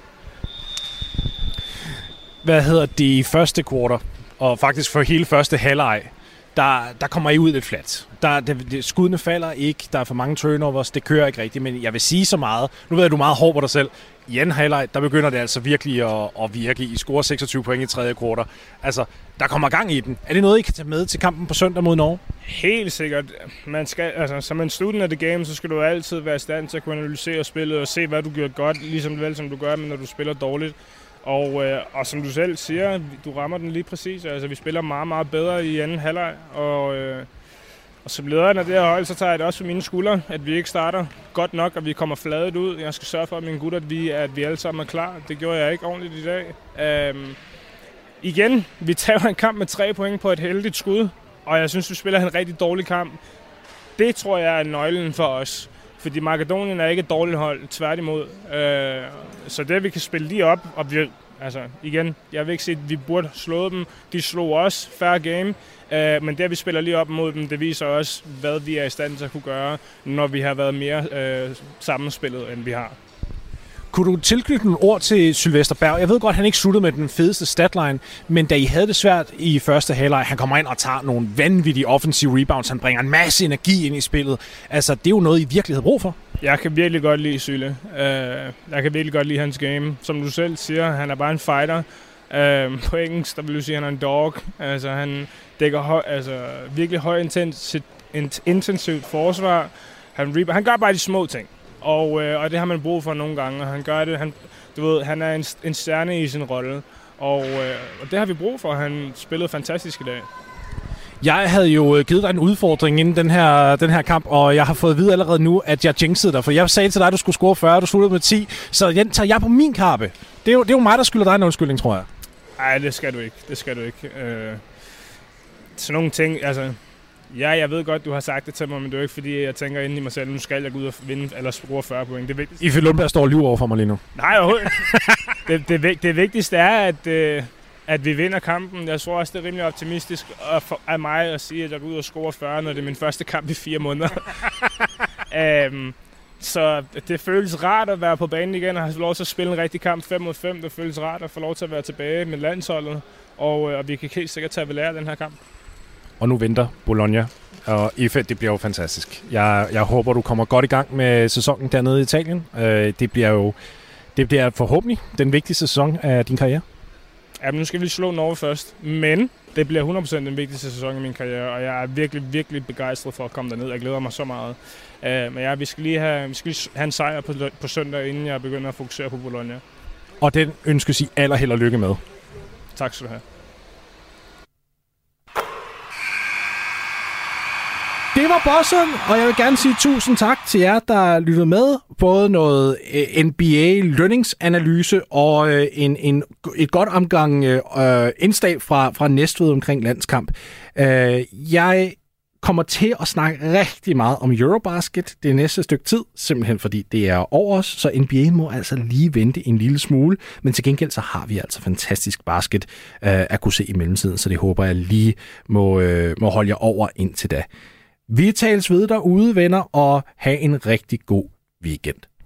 Hvad hedder det i første kvartal, og faktisk for hele første halvleg, der, der kommer I ud lidt flat. Der, det, det, skuddene falder ikke, der er for mange turnovers, det kører ikke rigtigt, men jeg vil sige så meget. Nu ved jeg, du er meget hård på dig selv. I anden halvleg, der begynder det altså virkelig at, at virke. I scorer seksogtyve point i tredje kvartal. Altså, der kommer gang i den. Er det noget, I kan tage med til kampen på søndag mod Norge? Helt sikkert. Man skal, altså, som en student af the game, så skal du altid være i stand til at kunne analysere spillet og se, hvad du gør godt, ligesom vel som du gør, men når du spiller dårligt. Og, øh, og som du selv siger, du rammer den lige præcis. Altså, vi spiller meget, meget bedre i anden halvleg, og, øh, og som lederen af det her hold, så tager jeg det også på mine skuldre, at vi ikke starter godt nok, og vi kommer fladet ud. Jeg skal sørge for, at mine gutter, at vi, at vi alle sammen er klar. Det gjorde jeg ikke ordentligt i dag. Øhm, igen, vi tager en kamp med tre point på et heldigt skud, og jeg synes, vi spiller en rigtig dårlig kamp. Det tror jeg er nøglen for os. Fordi Makedonien er ikke et dårligt hold, tværtimod. Øh, så det, vi kan spille lige op, og vi, altså igen, jeg vil ikke sige, at vi burde slå dem. De slog os, fair game. Øh, men det, vi spiller lige op mod dem, det viser også, hvad vi er i stand til at kunne gøre, når vi har været mere øh, sammenspillet, end vi har. Kunne du tilknytte nogle ord til Sylvester Berg? Jeg ved godt, at han ikke sluttede med den fedeste statline, men da I havde det svært i første halvleg, han kommer ind og tager nogle vanvittige offensive rebounds, han bringer en masse energi ind i spillet. Altså, det er jo noget, I virkelig havde brug for. Jeg kan virkelig godt lide Syle. Uh, jeg kan virkelig godt lide hans game. Som du selv siger, han er bare en fighter. Uh, på engelsk, der vil du sige, at han er en dog. Altså, han dækker høj, altså, virkelig høj intensivt, intensivt forsvar. Han, han gør bare de små ting. Og, øh, og det har man brug for nogle gange, og han gør det. Han, du ved, han er en, en stjerne i sin rolle. Og, øh, og det har vi brug for. Han spillede fantastisk i dag. Jeg havde jo givet dig en udfordring inden den her, den her kamp, og jeg har fået at vide allerede nu, at jeg jinxede dig, for jeg sagde til dig, at du skulle score fyrre, du sluttede med ti, så jeg tager jeg på min kappe. Det er, jo, det er jo mig, der skylder dig en undskyldning, tror jeg. Nej, det skal du ikke. Det skal du ikke. Øh, sådan nogle ting, altså... Ja, jeg ved godt, du har sagt det til mig, men det er jo ikke fordi, jeg tænker inde i mig selv, nu skal jeg gå ud og vinde eller score fyrre point. Det er vigtigt. Ife Lundberg står og lyver over for mig lige nu. Nej, overhovedet. det, det, det vigtigste er, at, øh, at vi vinder kampen. Jeg tror også, det er rimelig optimistisk af mig at sige, at jeg går ud og score fyrre, når det er min første kamp i fire måneder. um, så det føles rart at være på banen igen og have lov til at spille en rigtig kamp fem mod fem. Det føles rart at få lov til at være tilbage med landsholdet, og, og vi kan helt sikkert tage ved lære den her kamp. Og nu venter Bologna, og Ife, det bliver jo fantastisk. Jeg, jeg håber, du kommer godt i gang med sæsonen dernede i Italien. Øh, det bliver jo det bliver forhåbentlig den vigtigste sæson af din karriere. Ja, men nu skal vi slå Norge først, men det bliver hundrede procent den vigtigste sæson i min karriere, og jeg er virkelig, virkelig begejstret for at komme derned. Jeg glæder mig så meget. Uh, men ja, vi skal lige have, vi skal lige have en sejr på, på søndag, inden jeg begynder at fokusere på Bologna. Og den ønskes I aller held og lykke med. Tak skal du have. Det var Bossen, og jeg vil gerne sige tusind tak til jer, der lyttede med. Både noget N B A lønningsanalyse og øh, en, en, et godt omgang øh, indslag fra, fra Næstved omkring landskamp. Øh, jeg kommer til at snakke rigtig meget om Eurobasket det næste stykke tid, simpelthen fordi det er over os, så N B A må altså lige vente en lille smule, men til gengæld så har vi altså fantastisk basket øh, at kunne se i mellemtiden, så det håber jeg lige må, øh, må holde jer over indtil da. Vi tales ved derude, venner, og have en rigtig god weekend.